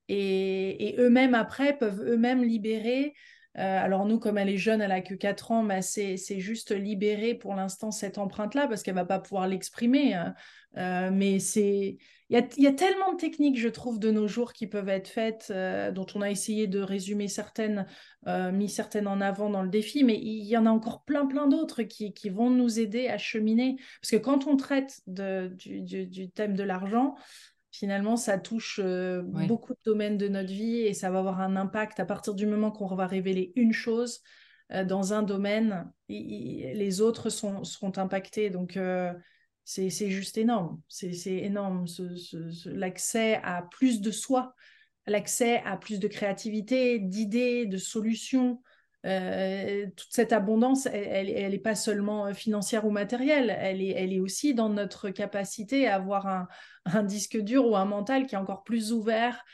et eux-mêmes après peuvent eux-mêmes libérer. Alors nous, comme elle est jeune, elle a que 4 ans, c'est juste libérer pour l'instant cette empreinte-là parce qu'elle ne va pas pouvoir l'exprimer. Mais il y a tellement de techniques, je trouve, de nos jours qui peuvent être faites, dont on a essayé de résumer certaines, mis certaines en avant dans le défi, mais il y en a encore plein d'autres qui vont nous aider à cheminer. Parce que quand on traite du thème de l'argent, finalement, ça touche beaucoup de domaines de notre vie et ça va avoir un impact à partir du moment qu'on va révéler une chose dans un domaine, les autres seront impactés. Donc, c'est juste énorme. C'est énorme, l'accès à plus de soi, l'accès à plus de créativité, d'idées, de solutions. Toute cette abondance, elle est pas seulement financière ou matérielle, elle est aussi dans notre capacité à avoir un disque dur ou un mental qui est encore plus ouvert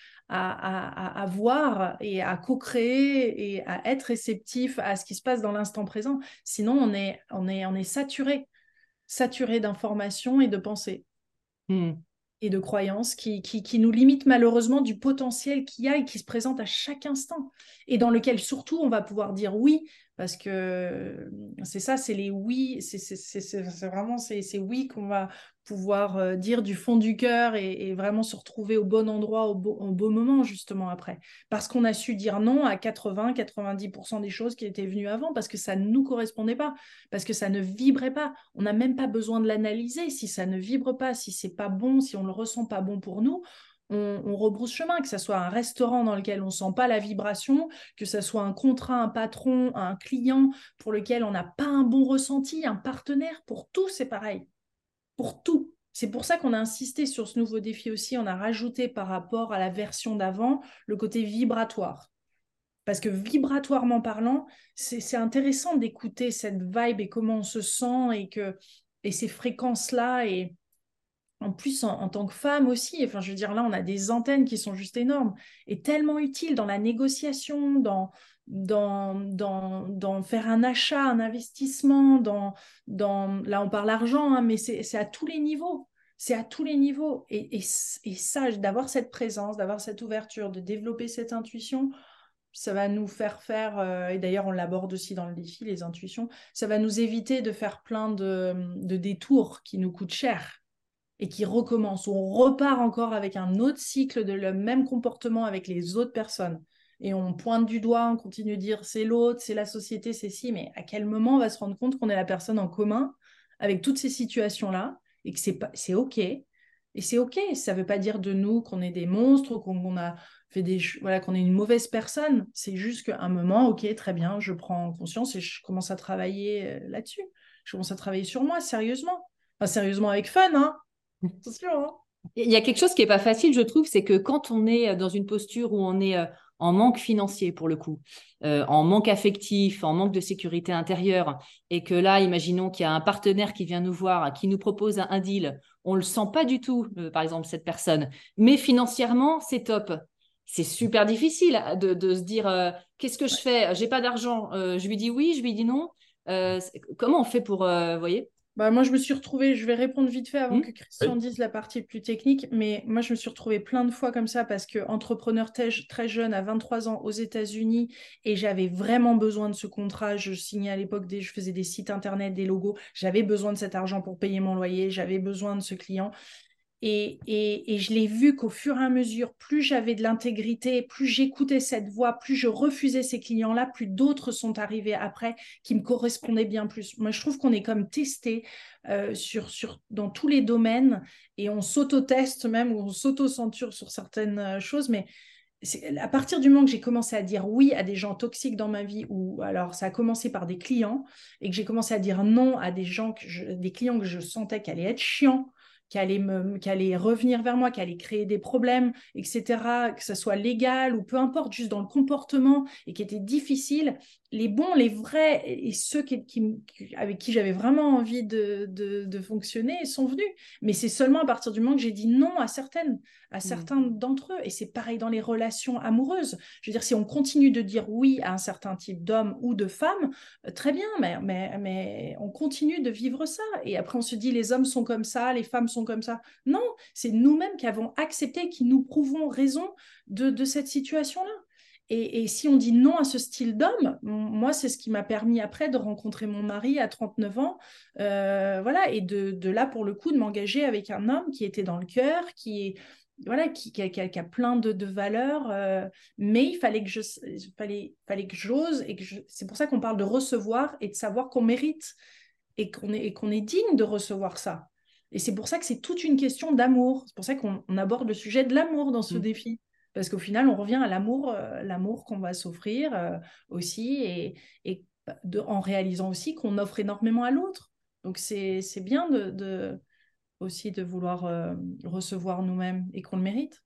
à voir et à co-créer et à être réceptif à ce qui se passe dans l'instant présent. Sinon, on est saturé d'informations et de pensées. Et de croyances qui nous limitent malheureusement du potentiel qu'il y a et qui se présente à chaque instant et dans lequel surtout on va pouvoir dire oui parce que c'est ça, c'est les oui, c'est vraiment ces oui qu'on va pouvoir dire du fond du cœur et vraiment se retrouver au bon endroit au beau moment justement après parce qu'on a su dire non à 80-90% des choses qui étaient venues avant parce que ça ne nous correspondait pas, parce que ça ne vibrait pas, on n'a même pas besoin de l'analyser, si ça ne vibre pas, si c'est pas bon, si on le ressent pas bon pour nous, on rebrousse chemin, que ce soit un restaurant dans lequel on ne sent pas la vibration, que ce soit un contrat, un patron, un client pour lequel on n'a pas un bon ressenti, un partenaire, pour tout c'est pareil, pour tout. C'est pour ça qu'on a insisté sur ce nouveau défi aussi, on a rajouté par rapport à la version d'avant le côté vibratoire. Parce que vibratoirement parlant, c'est intéressant d'écouter cette vibe et comment on se sent et ces fréquences-là et en plus, en tant que femme aussi, enfin, je veux dire, là, on a des antennes qui sont juste énormes et tellement utiles dans la négociation, dans dans faire un achat, un investissement, là on parle argent, hein, mais c'est à tous les niveaux. C'est à tous les niveaux. Et ça, d'avoir cette présence, d'avoir cette ouverture, de développer cette intuition, ça va nous faire et d'ailleurs on l'aborde aussi dans le défi, les intuitions, ça va nous éviter de faire plein de détours qui nous coûtent cher et qui recommencent. On repart encore avec un autre cycle de le même comportement avec les autres personnes. Et on pointe du doigt, on continue de dire c'est l'autre, c'est la société, c'est ci, mais à quel moment on va se rendre compte qu'on est la personne en commun avec toutes ces situations-là et que c'est OK. Et c'est OK, ça ne veut pas dire de nous qu'on est des monstres, qu'on a fait qu'on est une mauvaise personne. C'est juste qu'à un moment, OK, très bien, je prends conscience et je commence à travailler là-dessus. Je commence à travailler sur moi, sérieusement. Enfin, sérieusement avec fun, hein. Attention, hein. Il y a quelque chose qui n'est pas facile, je trouve, c'est que quand on est dans une posture où on est en manque financier, pour le coup, en manque affectif, en manque de sécurité intérieure, et que là, imaginons qu'il y a un partenaire qui vient nous voir, qui nous propose un deal, on ne le sent pas du tout, par exemple, cette personne, mais financièrement, c'est top. C'est super difficile de se dire qu'est-ce que je fais? J'ai pas d'argent. Je lui dis oui, je lui dis non. Comment on fait pour, voyez? Moi, je me suis retrouvée, je vais répondre vite fait avant que Christian Oui. dise la partie plus technique, mais moi, je me suis retrouvée plein de fois comme ça parce que entrepreneur très jeune, à 23 ans, aux États-Unis, et j'avais vraiment besoin de ce contrat. Je signais à l'époque, je faisais des sites internet, des logos. J'avais besoin de cet argent pour payer mon loyer. J'avais besoin de ce client. Et je l'ai vu qu'au fur et à mesure, plus j'avais de l'intégrité, plus j'écoutais cette voix, plus je refusais ces clients-là, plus d'autres sont arrivés après qui me correspondaient bien plus. Moi, je trouve qu'on est comme testé dans tous les domaines et on s'auto-teste même ou on s'auto-censure sur certaines choses. Mais à partir du moment que j'ai commencé à dire oui à des gens toxiques dans ma vie, ou alors ça a commencé par des clients, et que j'ai commencé à dire non à des clients que je sentais qu'allaient être chiants, qui allait revenir vers moi, qui allait créer des problèmes, etc., que ce soit légal ou peu importe, juste dans le comportement et qui était difficile, les bons, les vrais et ceux avec qui j'avais vraiment envie de fonctionner sont venus. Mais c'est seulement à partir du moment que j'ai dit non à certains d'entre eux. Et c'est pareil dans les relations amoureuses. Je veux dire, si on continue de dire oui à un certain type d'homme ou de femme, très bien, mais on continue de vivre ça. Et après, on se dit, les hommes sont comme ça, les femmes sont comme ça. Non, c'est nous-mêmes qui avons accepté, qui nous prouvons raison de cette situation-là. Et si on dit non à ce style d'homme, moi, c'est ce qui m'a permis après de rencontrer mon mari à 39 ans, voilà, et de là, pour le coup, de m'engager avec un homme qui était dans le cœur, qui a plein de valeurs, mais il fallait que j'ose, et c'est pour ça qu'on parle de recevoir et de savoir qu'on mérite et qu'on est digne de recevoir ça. Et c'est pour ça que c'est toute une question d'amour. C'est pour ça qu'on aborde le sujet de l'amour dans ce défi. Parce qu'au final, on revient à l'amour qu'on va s'offrir aussi, et en réalisant aussi qu'on offre énormément à l'autre. Donc, c'est bien aussi de vouloir recevoir nous-mêmes et qu'on le mérite.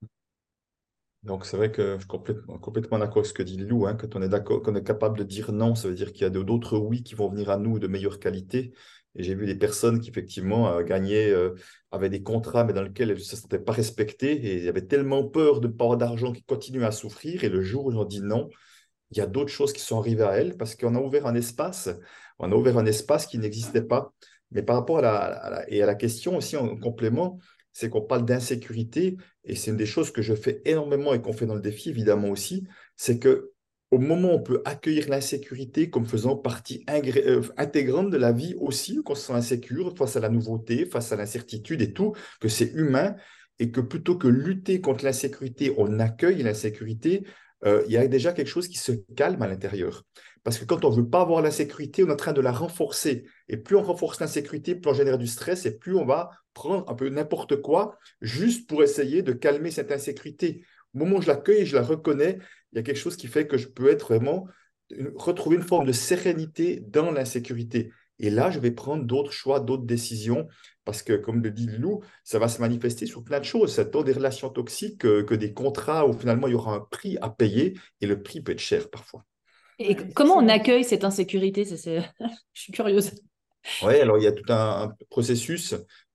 Donc, c'est vrai que je suis complètement d'accord avec ce que dit Lou, hein, quand on est d'accord, qu'on est capable de dire non, ça veut dire qu'il y a d'autres oui qui vont venir à nous de meilleure qualité. Et j'ai vu des personnes qui, effectivement, avaient des contrats, mais dans lesquels elles ne se sentaient pas respectées. Et elles avaient tellement peur de ne pas avoir d'argent qu'ils continuaient à souffrir. Et le jour où ils ont dit non, il y a d'autres choses qui sont arrivées à elles parce qu'on a ouvert un espace. On a ouvert un espace qui n'existait pas. Mais par rapport à la question aussi, en complément, c'est qu'on parle d'insécurité. Et c'est une des choses que je fais énormément et qu'on fait dans le défi, évidemment aussi. C'est que au moment où on peut accueillir l'insécurité comme faisant partie intégrante de la vie aussi, qu'on se sent insécure face à la nouveauté, face à l'incertitude et tout, que c'est humain, et que plutôt que lutter contre l'insécurité, on accueille l'insécurité, il y a déjà quelque chose qui se calme à l'intérieur. Parce que quand on ne veut pas avoir l'insécurité, on est en train de la renforcer. Et plus on renforce l'insécurité, plus on génère du stress, et plus on va prendre un peu n'importe quoi juste pour essayer de calmer cette insécurité. Au moment où je l'accueille et je la reconnais, il y a quelque chose qui fait que je peux être vraiment, retrouver une forme de sérénité dans l'insécurité. Et là, je vais prendre d'autres choix, d'autres décisions, parce que, comme le dit Lou, ça va se manifester sur plein de choses. C'est tant des relations toxiques que des contrats où finalement il y aura un prix à payer, et le prix peut être cher parfois. Et comment on accueille cette insécurité? Je suis curieuse. Oui, alors il y a tout un processus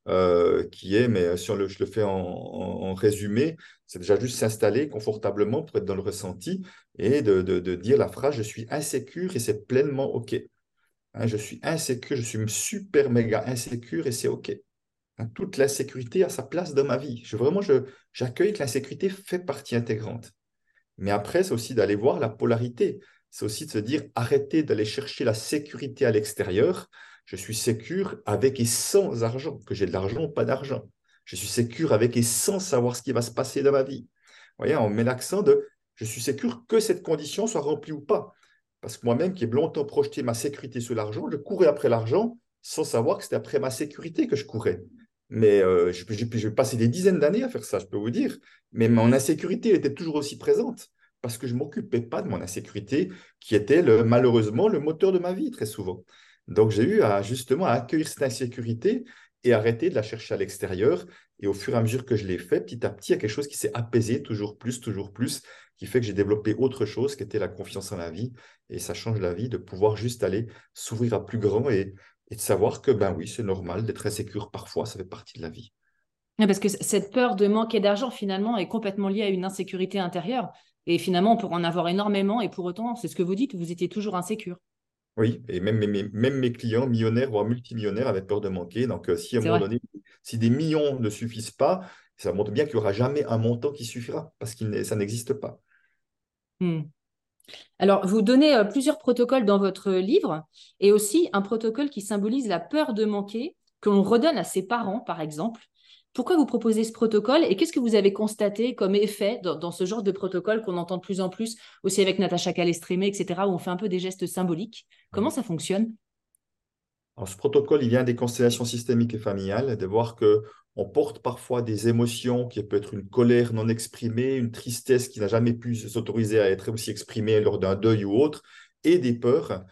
qui est, mais si je le fais en résumé, c'est déjà juste s'installer confortablement pour être dans le ressenti et de dire la phrase « je suis insécure et c'est pleinement OK ». Hein, je suis insécure, je suis super méga insécure et c'est OK. Hein, toute l'insécurité a sa place dans ma vie. J'accueille que l'insécurité fait partie intégrante. Mais après, c'est aussi d'aller voir la polarité. C'est aussi de se dire, arrêtez d'aller chercher la sécurité à l'extérieur. Je suis sécure avec et sans argent, que j'ai de l'argent ou pas d'argent. Je suis sécure avec et sans savoir ce qui va se passer dans ma vie. Vous voyez, on met l'accent de, je suis sécure que cette condition soit remplie ou pas. Parce que moi-même, qui ai longtemps projeté ma sécurité sur l'argent, je courais après l'argent sans savoir que c'était après ma sécurité que je courais. Mais je vais passer des dizaines d'années à faire ça, je peux vous dire. Mais mon insécurité elle était toujours aussi présente parce que je ne m'occupais pas de mon insécurité qui était malheureusement le moteur de ma vie très souvent. Donc j'ai eu justement à accueillir cette insécurité et arrêter de la chercher à l'extérieur. Et au fur et à mesure que je l'ai fait, petit à petit, il y a quelque chose qui s'est apaisé toujours plus, qui fait que j'ai développé autre chose qui était la confiance en la vie. Et ça change la vie de pouvoir juste aller s'ouvrir à plus grand et de savoir que, ben oui, c'est normal d'être insécure parfois, ça fait partie de la vie. Ouais, parce que cette peur de manquer d'argent, finalement, est complètement liée à une insécurité intérieure. Et finalement, on peut en avoir énormément. Et pour autant, c'est ce que vous dites, vous étiez toujours insécure. Oui, et même mes clients millionnaires, voire multimillionnaires, avaient peur de manquer. Donc, si à un C'est moment vrai. donné, si des millions ne suffisent pas, ça montre bien qu'il n'y aura jamais un montant qui suffira, parce que ça n'existe pas. Hmm. Alors, vous donnez plusieurs protocoles dans votre livre et aussi un protocole qui symbolise la peur de manquer, que l'on redonne à ses parents, par exemple. Pourquoi vous proposez ce protocole et qu'est-ce que vous avez constaté comme effet dans ce genre de protocole qu'on entend de plus en plus, aussi avec Natacha Calestrémé, etc., où on fait un peu des gestes symboliques? Comment ça fonctionne? Alors, ce protocole, il vient des constellations systémiques et familiales, de voir qu'on porte parfois des émotions qui peut être une colère non exprimée, une tristesse qui n'a jamais pu s'autoriser à être aussi exprimée lors d'un deuil ou autre, et des peurs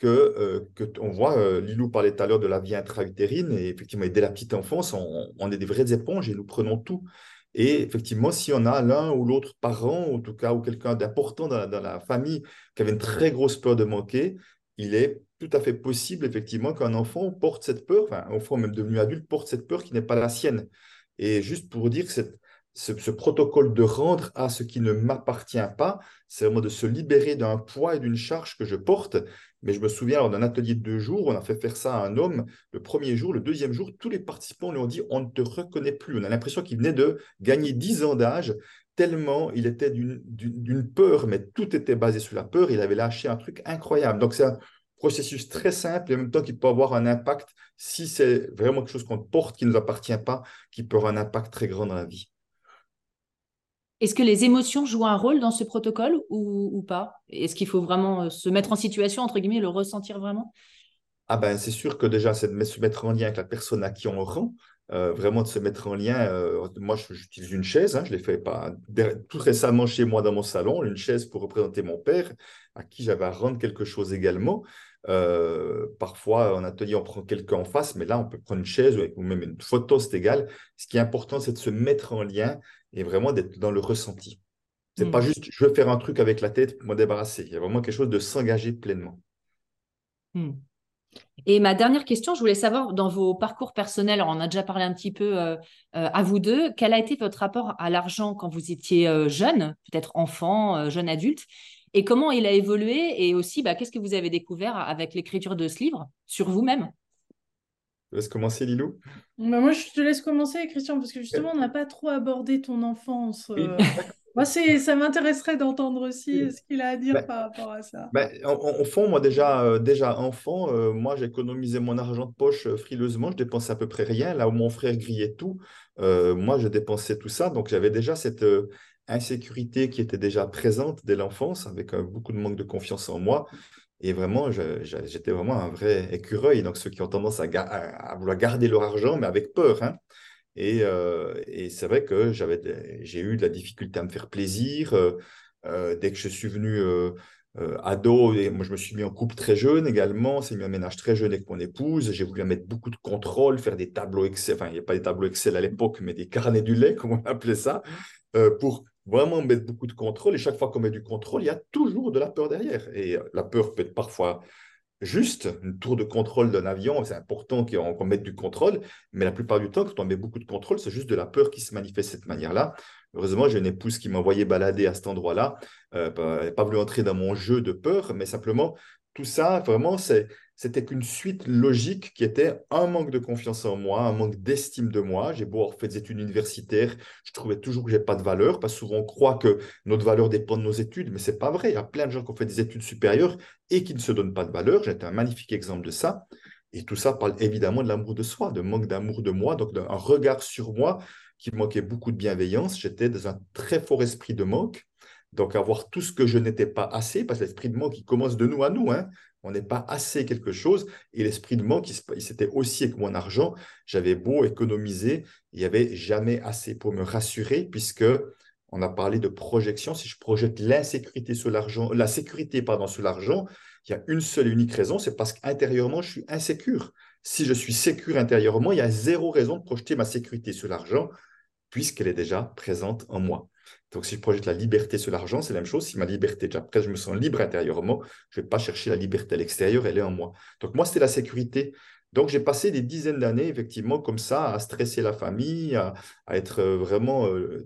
que on voit. Lilou parlait tout à l'heure de la vie intra-utérine, et effectivement, dès la petite enfance, on est des vraies éponges et nous prenons tout. Et effectivement, si on a l'un ou l'autre parent, en tout cas, ou quelqu'un d'important dans la famille qui avait une très grosse peur de manquer, il est tout à fait possible, effectivement, qu'un enfant porte cette peur, enfin, un enfant même devenu adulte porte cette peur qui n'est pas la sienne. Et juste pour dire que ce protocole de rendre à ce qui ne m'appartient pas, c'est vraiment de se libérer d'un poids et d'une charge que je porte. Mais je me souviens, lors d'un atelier de 2 jours, on a fait faire ça à un homme. Le premier jour, le deuxième jour, tous les participants lui ont dit « on ne te reconnaît plus ». On a l'impression qu'il venait de gagner 10 ans d'âge, tellement il était d'une peur, mais tout était basé sur la peur. Il avait lâché un truc incroyable. Donc, c'est un processus très simple et en même temps qui peut avoir un impact, si c'est vraiment quelque chose qu'on porte, qui ne nous appartient pas, qui peut avoir un impact très grand dans la vie. Est-ce que les émotions jouent un rôle dans ce protocole ou pas? Est-ce qu'il faut vraiment se mettre en situation, entre guillemets, le ressentir vraiment? Ah ben, c'est sûr que déjà, c'est de se mettre en lien avec la personne à qui on rend, vraiment de se mettre en lien. Moi, j'utilise une chaise, hein, je l'ai fait pas, tout récemment chez moi dans mon salon, une chaise pour représenter mon père, à qui j'avais à rendre quelque chose également. Parfois, en atelier, on prend quelqu'un en face, mais là, on peut prendre une chaise ou même une photo, c'est égal. Ce qui est important, c'est de se mettre en lien et vraiment d'être dans le ressenti. C'est pas Hmm. juste, je veux faire un truc avec la tête pour m'en débarrasser. Il y a vraiment quelque chose de s'engager pleinement. Hmm. Et ma dernière question, je voulais savoir, dans vos parcours personnels, alors on a déjà parlé un petit peu à vous deux, quel a été votre rapport à l'argent quand vous étiez jeune, peut-être enfant, jeune adulte, et comment il a évolué, et aussi qu'est-ce que vous avez découvert avec l'écriture de ce livre sur vous-même? Je laisse commencer, Lilou. Bah, moi, je te laisse commencer, Christian, parce que justement, on n'a pas trop abordé ton enfance. Oui, Moi, ça m'intéresserait d'entendre aussi ce qu'il a à dire ben, par rapport à ça. au fond, moi déjà enfant, moi j'économisais mon argent de poche frileusement, je dépensais à peu près rien, là où mon frère grillait tout, moi je dépensais tout ça, donc j'avais déjà cette insécurité qui était déjà présente dès l'enfance, avec beaucoup de manque de confiance en moi, et vraiment j'étais vraiment un vrai écureuil, donc ceux qui ont tendance à vouloir garder leur argent, mais avec peur, hein. Et c'est vrai que j'ai eu de la difficulté à me faire plaisir. Dès que je suis venu ado, et moi je me suis mis en couple très jeune également, c'est mis un ménage très jeune avec mon épouse. J'ai voulu mettre beaucoup de contrôle, faire des tableaux Excel, enfin il n'y a pas des tableaux Excel à l'époque, mais des carnets du lait, comme on appelait ça, pour vraiment mettre beaucoup de contrôle. Et chaque fois qu'on met du contrôle, il y a toujours de la peur derrière. Et la peur peut être parfois juste une tour de contrôle d'un avion. C'est important qu'on mette du contrôle, mais la plupart du temps, quand on met beaucoup de contrôle, c'est juste de la peur qui se manifeste de cette manière-là. Heureusement, j'ai une épouse qui m'envoyait balader à cet endroit-là. Elle n'a pas voulu entrer dans mon jeu de peur, mais simplement, tout ça, vraiment, c'était qu'une suite logique qui était un manque de confiance en moi, un manque d'estime de moi. J'ai beau avoir fait des études universitaires, je trouvais toujours que je n'ai pas de valeur, parce que souvent on croit que notre valeur dépend de nos études, mais ce n'est pas vrai. Il y a plein de gens qui ont fait des études supérieures et qui ne se donnent pas de valeur. J'étais un magnifique exemple de ça. Et tout ça parle évidemment de l'amour de soi, de manque d'amour de moi, donc d'un regard sur moi qui manquait beaucoup de bienveillance. J'étais dans un très fort esprit de manque. Donc, avoir tout ce que je n'étais pas assez, parce que l'esprit de manque, il commence de nous à nous. Hein. On n'est pas assez quelque chose. Et l'esprit de manque, c'était aussi avec mon argent. J'avais beau économiser, il n'y avait jamais assez pour me rassurer, puisque on a parlé de projection. Si je projette l'insécurité sur l'argent, la sécurité, pardon, sur l'argent, il y a une seule et unique raison, c'est parce qu'intérieurement, je suis insécure. Si je suis sécure intérieurement, il y a zéro raison de projeter ma sécurité sur l'argent, puisqu'elle est déjà présente en moi. Donc, si je projette la liberté sur l'argent, c'est la même chose. Si ma liberté est déjà prête, je me sens libre intérieurement, je ne vais pas chercher la liberté à l'extérieur, elle est en moi. Donc, moi, c'était la sécurité. Donc, j'ai passé des dizaines d'années, effectivement, comme ça, à stresser la famille, à être vraiment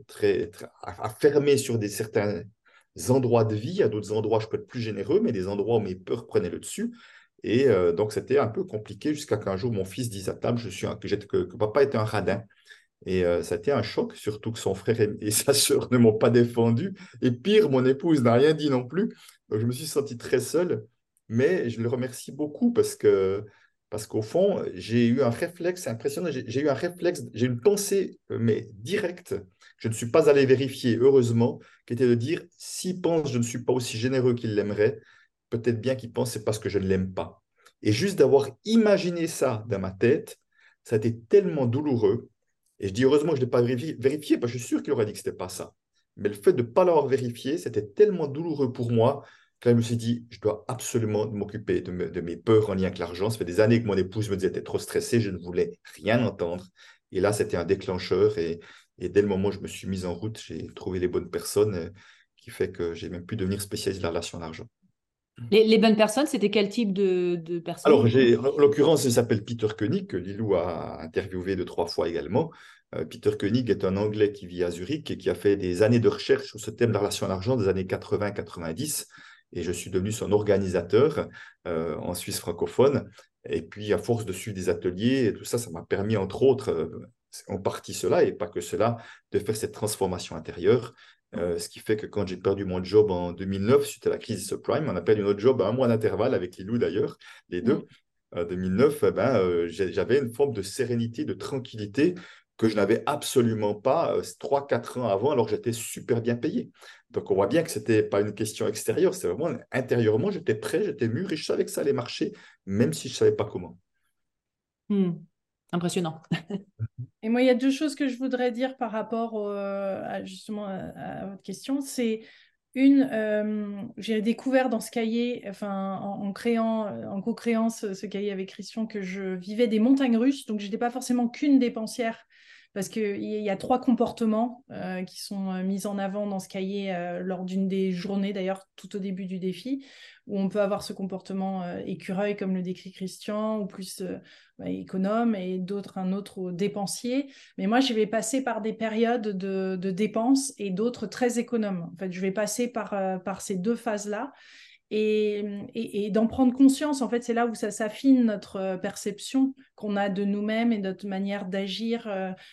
à fermer sur certains endroits de vie. À d'autres endroits, je peux être plus généreux, mais des endroits où mes peurs prenaient le dessus. Et donc, c'était un peu compliqué jusqu'à qu'un jour, mon fils dise à table que papa était un radin. Et ça a été un choc, surtout que son frère et sa sœur ne m'ont pas défendu. Et pire, mon épouse n'a rien dit non plus. Donc, je me suis senti très seul. Mais je le remercie beaucoup parce qu'au fond, j'ai eu un réflexe, c'est impressionnant, j'ai eu un réflexe, j'ai une pensée, mais directe. Je ne suis pas allé vérifier, heureusement, qui était de dire, s'il pense que je ne suis pas aussi généreux qu'il l'aimerait, peut-être bien qu'il pense que c'est parce que je ne l'aime pas. Et juste d'avoir imaginé ça dans ma tête, ça a été tellement douloureux. Et je dis heureusement que je ne l'ai pas vérifié, parce que je suis sûr qu'il aurait dit que ce n'était pas ça. Mais le fait de ne pas l'avoir vérifié, c'était tellement douloureux pour moi que là, je me suis dit, je dois absolument m'occuper de mes peurs en lien avec l'argent. Ça fait des années que mon épouse me disait, t'es trop stressé, je ne voulais rien entendre. Et là, c'était un déclencheur. Et dès le moment où je me suis mis en route, j'ai trouvé les bonnes personnes qui fait que j'ai même pu devenir spécialiste de la relation à l'argent. Les bonnes personnes, c'était quel type de personnes? Alors, en l'occurrence, il s'appelle Peter Koenig, que Lilou a interviewé 2-3 fois également. Peter Koenig est un Anglais qui vit à Zurich et qui a fait des années de recherche sur ce thème de la relation à l'argent des années 80-90. Et je suis devenu son organisateur en Suisse francophone. Et puis, à force de suivre des ateliers et tout ça, ça m'a permis, entre autres, en partie cela, et pas que cela, de faire cette transformation intérieure. Ce qui fait que quand j'ai perdu mon job en 2009, suite à la crise subprime, on a perdu notre job à un mois d'intervalle avec Lilou d'ailleurs, les deux. En 2009, j'avais une forme de sérénité, de tranquillité que je n'avais absolument pas 3-4 ans avant, alors que j'étais super bien payé. Donc on voit bien que ce n'était pas une question extérieure, c'est vraiment intérieurement, j'étais prêt, j'étais mûr et je savais que ça allait marcher, même si je ne savais pas comment. Impressionnant. Et moi, il y a deux choses que je voudrais dire par rapport justement à votre question. C'est une, j'ai découvert dans ce cahier, enfin, en co-créant ce cahier avec Christian, que je vivais des montagnes russes, donc je n'étais pas forcément qu'une dépensière, parce qu'il y a 3 comportements qui sont mis en avant dans ce cahier lors d'une des journées, d'ailleurs, tout au début du défi, où on peut avoir ce comportement écureuil, comme le décrit Christian, ou plus économe, et un autre dépensier. Mais moi, je vais passer par des périodes de dépenses et d'autres très économes. En fait, je vais passer par ces 2 phases-là. Et d'en prendre conscience, en fait, c'est là où ça s'affine notre perception qu'on a de nous-mêmes et notre manière d'agir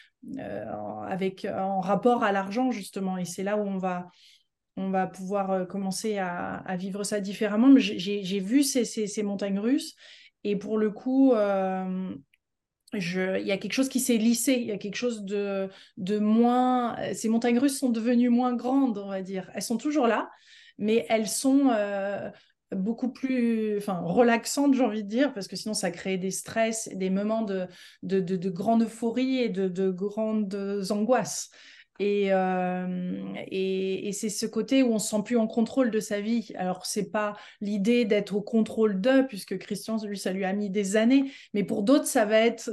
en rapport à l'argent, justement. Et c'est là où on va pouvoir commencer à vivre ça différemment. Mais j'ai vu ces montagnes russes, et pour le coup, il y a quelque chose qui s'est lissé, il y a quelque chose de moins... Ces montagnes russes sont devenues moins grandes, on va dire. Elles sont toujours là, mais elles sont beaucoup plus relaxantes, j'ai envie de dire, parce que sinon ça crée des stress, des moments de grande euphorie et de grandes angoisses. Et c'est ce côté où on ne se sent plus en contrôle de sa vie. Alors, ce n'est pas l'idée d'être au contrôle d'eux, puisque Christian, lui, ça lui a mis des années. Mais pour d'autres, ça va être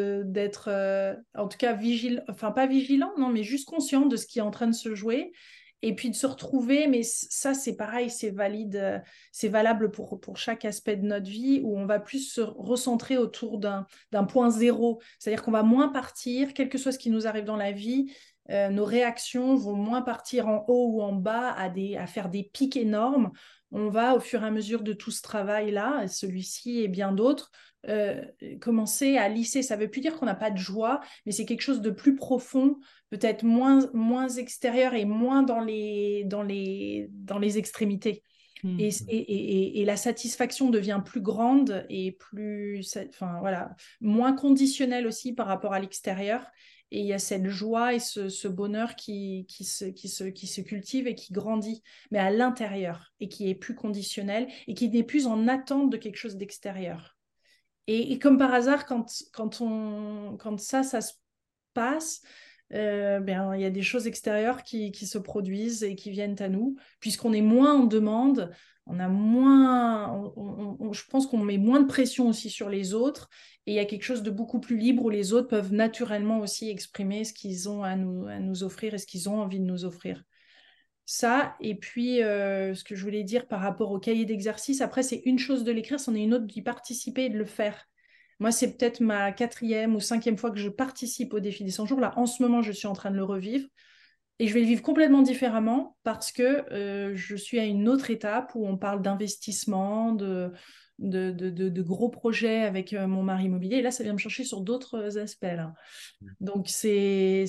d'être, en tout cas, vigilant, enfin pas vigilant, non, mais juste conscient de ce qui est en train de se jouer. Et puis de se retrouver, mais ça c'est pareil, c'est valide, c'est valable pour chaque aspect de notre vie, où on va plus se recentrer autour d'un point zéro. C'est-à-dire qu'on va moins partir, quel que soit ce qui nous arrive dans la vie, nos réactions vont moins partir en haut ou en bas à faire des pics énormes. On va, au fur et à mesure de tout ce travail-là, celui-ci et bien d'autres, commencer à lisser. Ça ne veut plus dire qu'on n'a pas de joie, mais c'est quelque chose de plus profond, peut-être moins extérieur et moins dans les extrémités. Et la satisfaction devient plus grande et moins conditionnelle aussi par rapport à l'extérieur. Et il y a cette joie et ce bonheur qui se cultive et qui grandit, mais à l'intérieur, et qui est plus conditionnel et qui n'est plus en attente de quelque chose d'extérieur. Et comme par hasard, quand ça se passe, il y a des choses extérieures qui se produisent et qui viennent à nous, puisqu'on est moins en demande, on a moins, je pense qu'on met moins de pression aussi sur les autres, et il y a quelque chose de beaucoup plus libre où les autres peuvent naturellement aussi exprimer ce qu'ils ont à nous offrir et ce qu'ils ont envie de nous offrir. Ça, et puis ce que je voulais dire par rapport au cahier d'exercice, après c'est une chose de l'écrire, c'en est une autre d'y participer et de le faire. Moi, c'est peut-être ma 4e ou 5e fois que je participe au défi des 100 jours. Là, en ce moment, je suis en train de le revivre. Et je vais le vivre complètement différemment parce que je suis à une autre étape où on parle d'investissement, de gros projets avec mon mari immobilier. Et là, ça vient me chercher sur d'autres aspects, là. Donc, c'est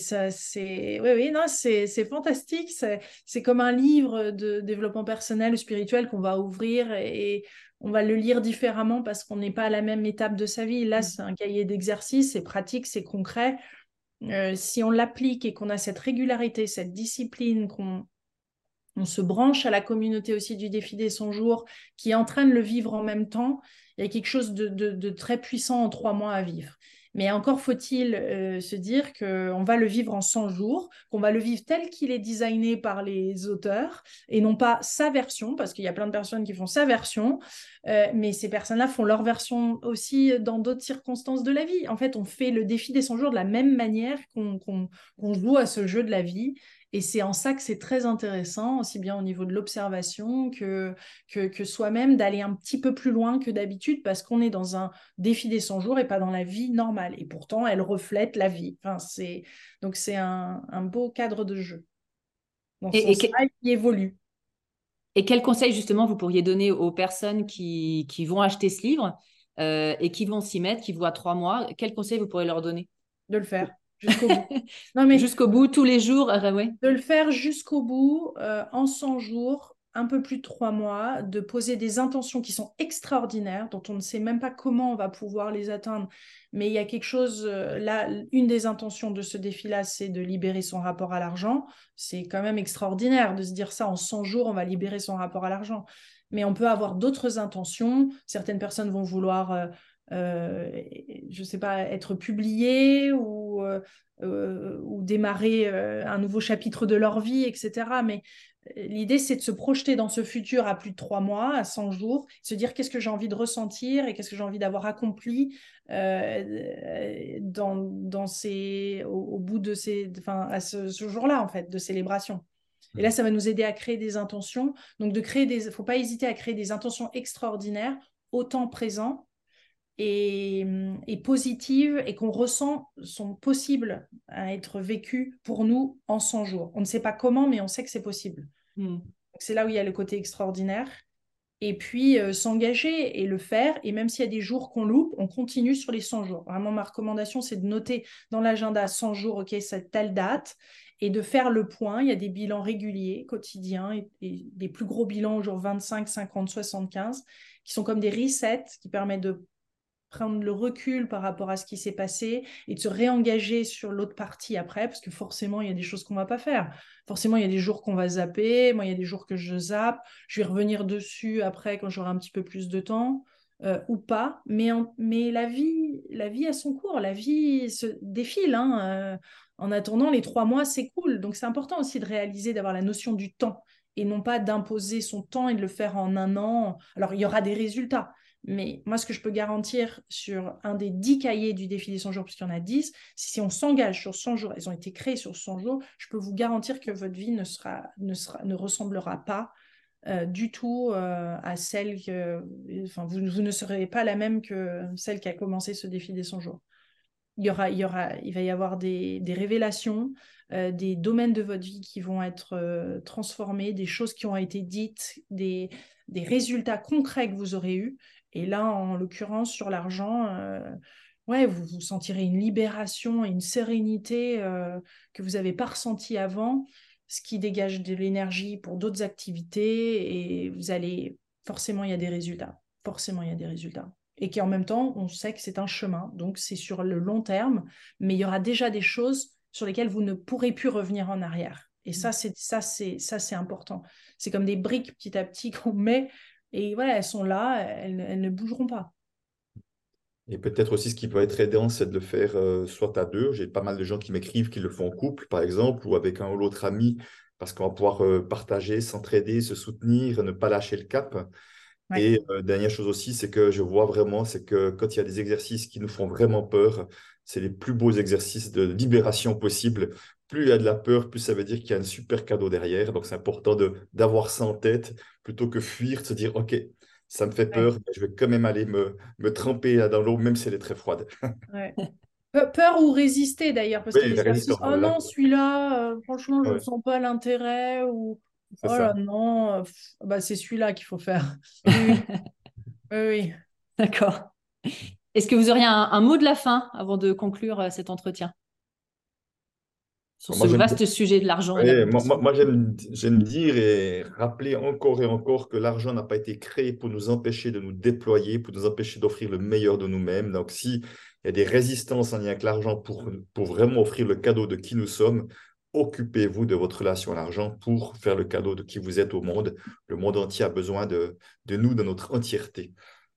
fantastique. C'est comme un livre de développement personnel ou spirituel qu'on va ouvrir et on va le lire différemment parce qu'on n'est pas à la même étape de sa vie. Là, c'est un cahier d'exercice, c'est pratique, c'est concret. Si on l'applique et qu'on a cette régularité, cette discipline, qu'on se branche à la communauté aussi du défi des 100 jours, qui est en train de le vivre en même temps, il y a quelque chose de très puissant en 3 mois à vivre. Mais encore faut-il se dire qu'on va le vivre en 100 jours, qu'on va le vivre tel qu'il est designé par les auteurs et non pas sa version, parce qu'il y a plein de personnes qui font sa version, mais ces personnes-là font leur version aussi dans d'autres circonstances de la vie. En fait, on fait le défi des 100 jours de la même manière qu'on joue à ce jeu de la vie. Et c'est en ça que c'est très intéressant, aussi bien au niveau de l'observation que soi-même, d'aller un petit peu plus loin que d'habitude parce qu'on est dans un défi des 100 jours et pas dans la vie normale. Et pourtant, elle reflète la vie. Donc, c'est un beau cadre de jeu. Dans ce sens-là, il évolue. Et quel conseil, justement, vous pourriez donner aux personnes qui vont acheter ce livre et qui vont s'y mettre, qui voient 3 mois? Quel conseil vous pourriez leur donner? De le faire. Jusqu'au bout. Non, mais jusqu'au bout, tous les jours, ouais. De le faire jusqu'au bout, en 100 jours, un peu plus de 3 mois, de poser des intentions qui sont extraordinaires, dont on ne sait même pas comment on va pouvoir les atteindre. Mais il y a quelque chose, là, une des intentions de ce défi-là, c'est de libérer son rapport à l'argent. C'est quand même extraordinaire de se dire ça, en 100 jours, on va libérer son rapport à l'argent. Mais on peut avoir d'autres intentions. Certaines personnes vont vouloir... je ne sais pas, être publié ou démarrer un nouveau chapitre de leur vie, etc. Mais l'idée, c'est de se projeter dans ce futur à plus de 3 mois, à 100 jours, se dire qu'est-ce que j'ai envie de ressentir et qu'est-ce que j'ai envie d'avoir accompli au bout de à ce jour-là, en fait, de célébration. Et là, ça va nous aider à créer des intentions. Donc, faut pas hésiter à créer des intentions extraordinaires au temps présent et positives et qu'on ressent sont possibles à être vécues pour nous en 100 jours. On ne sait pas comment, mais on sait que c'est possible. Donc, c'est là où il y a le côté extraordinaire. Et puis, s'engager et le faire. Et même s'il y a des jours qu'on loupe, on continue sur les 100 jours. Vraiment, ma recommandation, c'est de noter dans l'agenda 100 jours, OK, c'est telle date, et de faire le point. Il y a des bilans réguliers, quotidiens, et des plus gros bilans au jour 25, 50, 75, qui sont comme des resets, qui permettent de prendre le recul par rapport à ce qui s'est passé et de se réengager sur l'autre partie après, parce que forcément, il y a des choses qu'on ne va pas faire. Forcément, il y a des jours qu'on va zapper. Moi, il y a des jours que je zappe. Je vais revenir dessus après quand j'aurai un petit peu plus de temps ou pas. Mais la vie a son cours. La vie se défile. En attendant, les 3 mois, c'est cool. Donc, c'est important aussi de réaliser, d'avoir la notion du temps et non pas d'imposer son temps et de le faire en 1 an. Alors, il y aura des résultats. Mais moi, ce que je peux garantir sur un des 10 cahiers du défi des 100 jours, puisqu'il y en a 10, si on s'engage sur 100 jours, ils ont été créés sur 100 jours, je peux vous garantir que votre vie ne ressemblera pas du tout à celle que... Enfin, vous ne serez pas la même que celle qui a commencé ce défi des 100 jours. Il va y avoir des révélations, des domaines de votre vie qui vont être transformés, des choses qui ont été dites, des résultats concrets que vous aurez eus. Et là, en l'occurrence, sur l'argent, vous sentirez une libération et une sérénité que vous n'avez pas ressentie avant, ce qui dégage de l'énergie pour d'autres activités. Et vous allez... Forcément, il y a des résultats. Forcément, il y a des résultats. Et qu'en même temps, on sait que c'est un chemin. Donc, c'est sur le long terme, mais il y aura déjà des choses sur lesquelles vous ne pourrez plus revenir en arrière. Et ça, c'est important. C'est comme des briques petit à petit qu'on met, et voilà, elles sont là, elles ne bougeront pas. Et peut-être aussi, ce qui peut être aidant, c'est de le faire soit à deux. J'ai pas mal de gens qui m'écrivent qu'ils le font en couple, par exemple, ou avec un ou l'autre ami, parce qu'on va pouvoir partager, s'entraider, se soutenir, ne pas lâcher le cap. Ouais. Et dernière chose aussi, c'est que je vois vraiment, c'est que quand il y a des exercices qui nous font vraiment peur, c'est les plus beaux exercices de libération possible. Plus il y a de la peur, plus ça veut dire qu'il y a un super cadeau derrière. Donc, c'est important d'avoir ça en tête plutôt que fuir, de se dire, OK, ça me fait peur, mais je vais quand même aller me tremper dans l'eau, même si elle est très froide. Ouais. Peur ou résister d'ailleurs, parce qu'il y a des exercices, oh non, celui-là, franchement, je ne sens pas l'intérêt, ou oh là non, c'est celui-là qu'il faut faire. Oui. D'accord. Est-ce que vous auriez un mot de la fin avant de conclure cet entretien sur ce vaste sujet de l'argent? Moi, j'aime dire et rappeler encore et encore que l'argent n'a pas été créé pour nous empêcher de nous déployer, pour nous empêcher d'offrir le meilleur de nous-mêmes. Donc, s'il y a des résistances en lien avec l'argent pour vraiment offrir le cadeau de qui nous sommes, occupez-vous de votre relation à l'argent pour faire le cadeau de qui vous êtes au monde. Le monde entier a besoin de nous dans notre entièreté.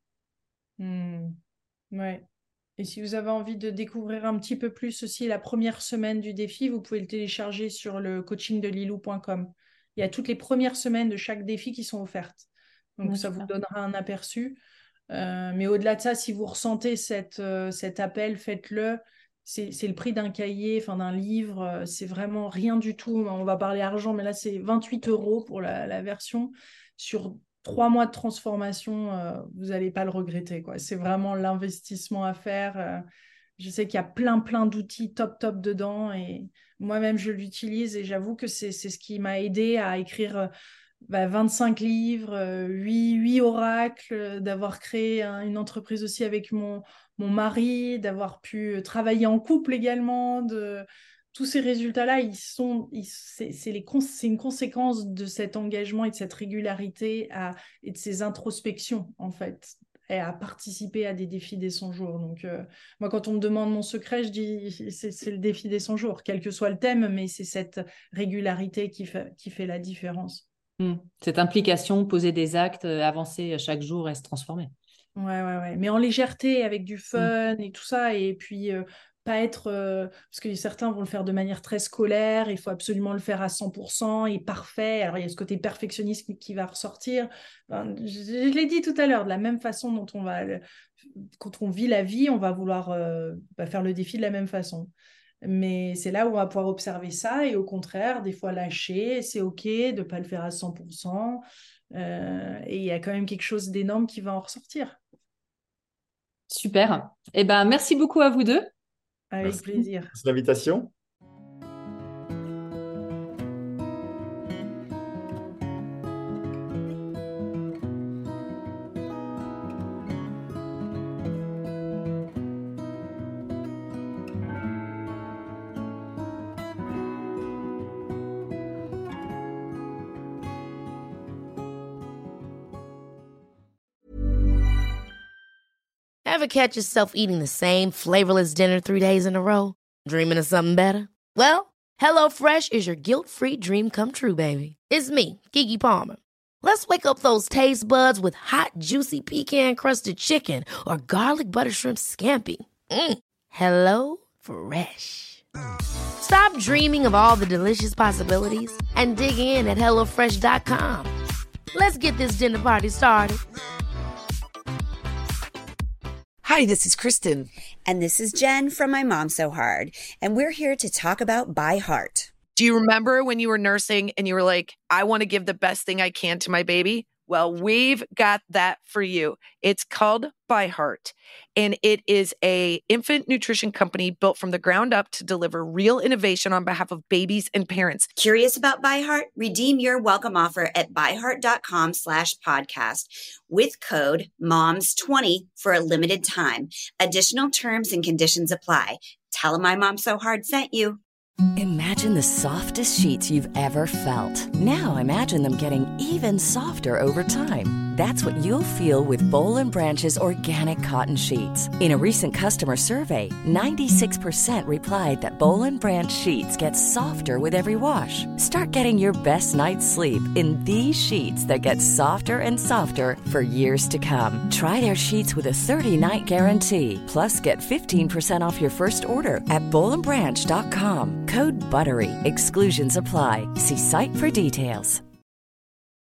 Ouais. Et si vous avez envie de découvrir un petit peu plus aussi la première semaine du défi, vous pouvez le télécharger sur le coachingdelilou.com. Il y a toutes les premières semaines de chaque défi qui sont offertes. Donc, ça vous donnera un aperçu. Mais au-delà de ça, si vous ressentez cet appel, faites-le. C'est le prix d'un cahier, d'un livre. C'est vraiment rien du tout. On va parler argent, mais là, c'est 28 € pour la version. Sur 3 mois de transformation, vous n'allez pas le regretter, quoi. C'est vraiment l'investissement à faire. Je sais qu'il y a plein d'outils top dedans, et moi-même, je l'utilise, et j'avoue que c'est ce qui m'a aidé à écrire 25 livres, 8 oracles, d'avoir créé une entreprise aussi avec mon mari, d'avoir pu travailler en couple également, tous ces résultats-là, c'est une conséquence de cet engagement et de cette régularité et de ces introspections, en fait, et à participer à des défis des 100 jours. Donc, moi, quand on me demande mon secret, je dis c'est le défi des 100 jours, quel que soit le thème, mais c'est cette régularité qui fait la différence. Cette implication, poser des actes, avancer chaque jour et se transformer. Ouais. Mais en légèreté, avec du fun et tout ça, et puis... pas être... parce que certains vont le faire de manière très scolaire, il faut absolument le faire à 100% et parfait. Alors, il y a ce côté perfectionniste qui va ressortir. Je l'ai dit tout à l'heure, de la même façon dont quand on vit la vie, on va vouloir faire le défi de la même façon. Mais c'est là où on va pouvoir observer ça, et au contraire, des fois lâcher, c'est OK de ne pas le faire à 100%. Et il y a quand même quelque chose d'énorme qui va en ressortir. Super. Merci beaucoup à vous deux. Avec plaisir. Merci de l'invitation. Ever catch yourself eating the same flavorless dinner 3 days in a row? Dreaming of something better? Well, HelloFresh is your guilt-free dream come true, baby. It's me, Keke Palmer. Let's wake up those taste buds with hot, juicy pecan-crusted chicken or garlic butter shrimp scampi. Hello Fresh. Stop dreaming of all the delicious possibilities and dig in at HelloFresh.com. Let's get this dinner party started. Hi, this is Kristen. And this is Jen from My Mom So Hard. And we're here to talk about By Heart. Do you remember when you were nursing and you were like, I want to give the best thing I can to my baby? Well, we've got that for you. It's called By Heart, and it is an infant nutrition company built from the ground up to deliver real innovation on behalf of babies and parents. Curious about By Heart? Redeem your welcome offer at byheart.com/podcast with code MOMS20 for a limited time. Additional terms and conditions apply. Tell them My Mom So Hard sent you. Imagine the softest sheets you've ever felt. Now imagine them getting even softer over time. That's what you'll feel with Boll & Branch's organic cotton sheets. In a recent customer survey, 96% replied that Boll & Branch sheets get softer with every wash. Start getting your best night's sleep in these sheets that get softer and softer for years to come. Try their sheets with a 30-night guarantee. Plus, get 15% off your first order at bollandbranch.com. Code BUTTERY. Exclusions apply. See site for details.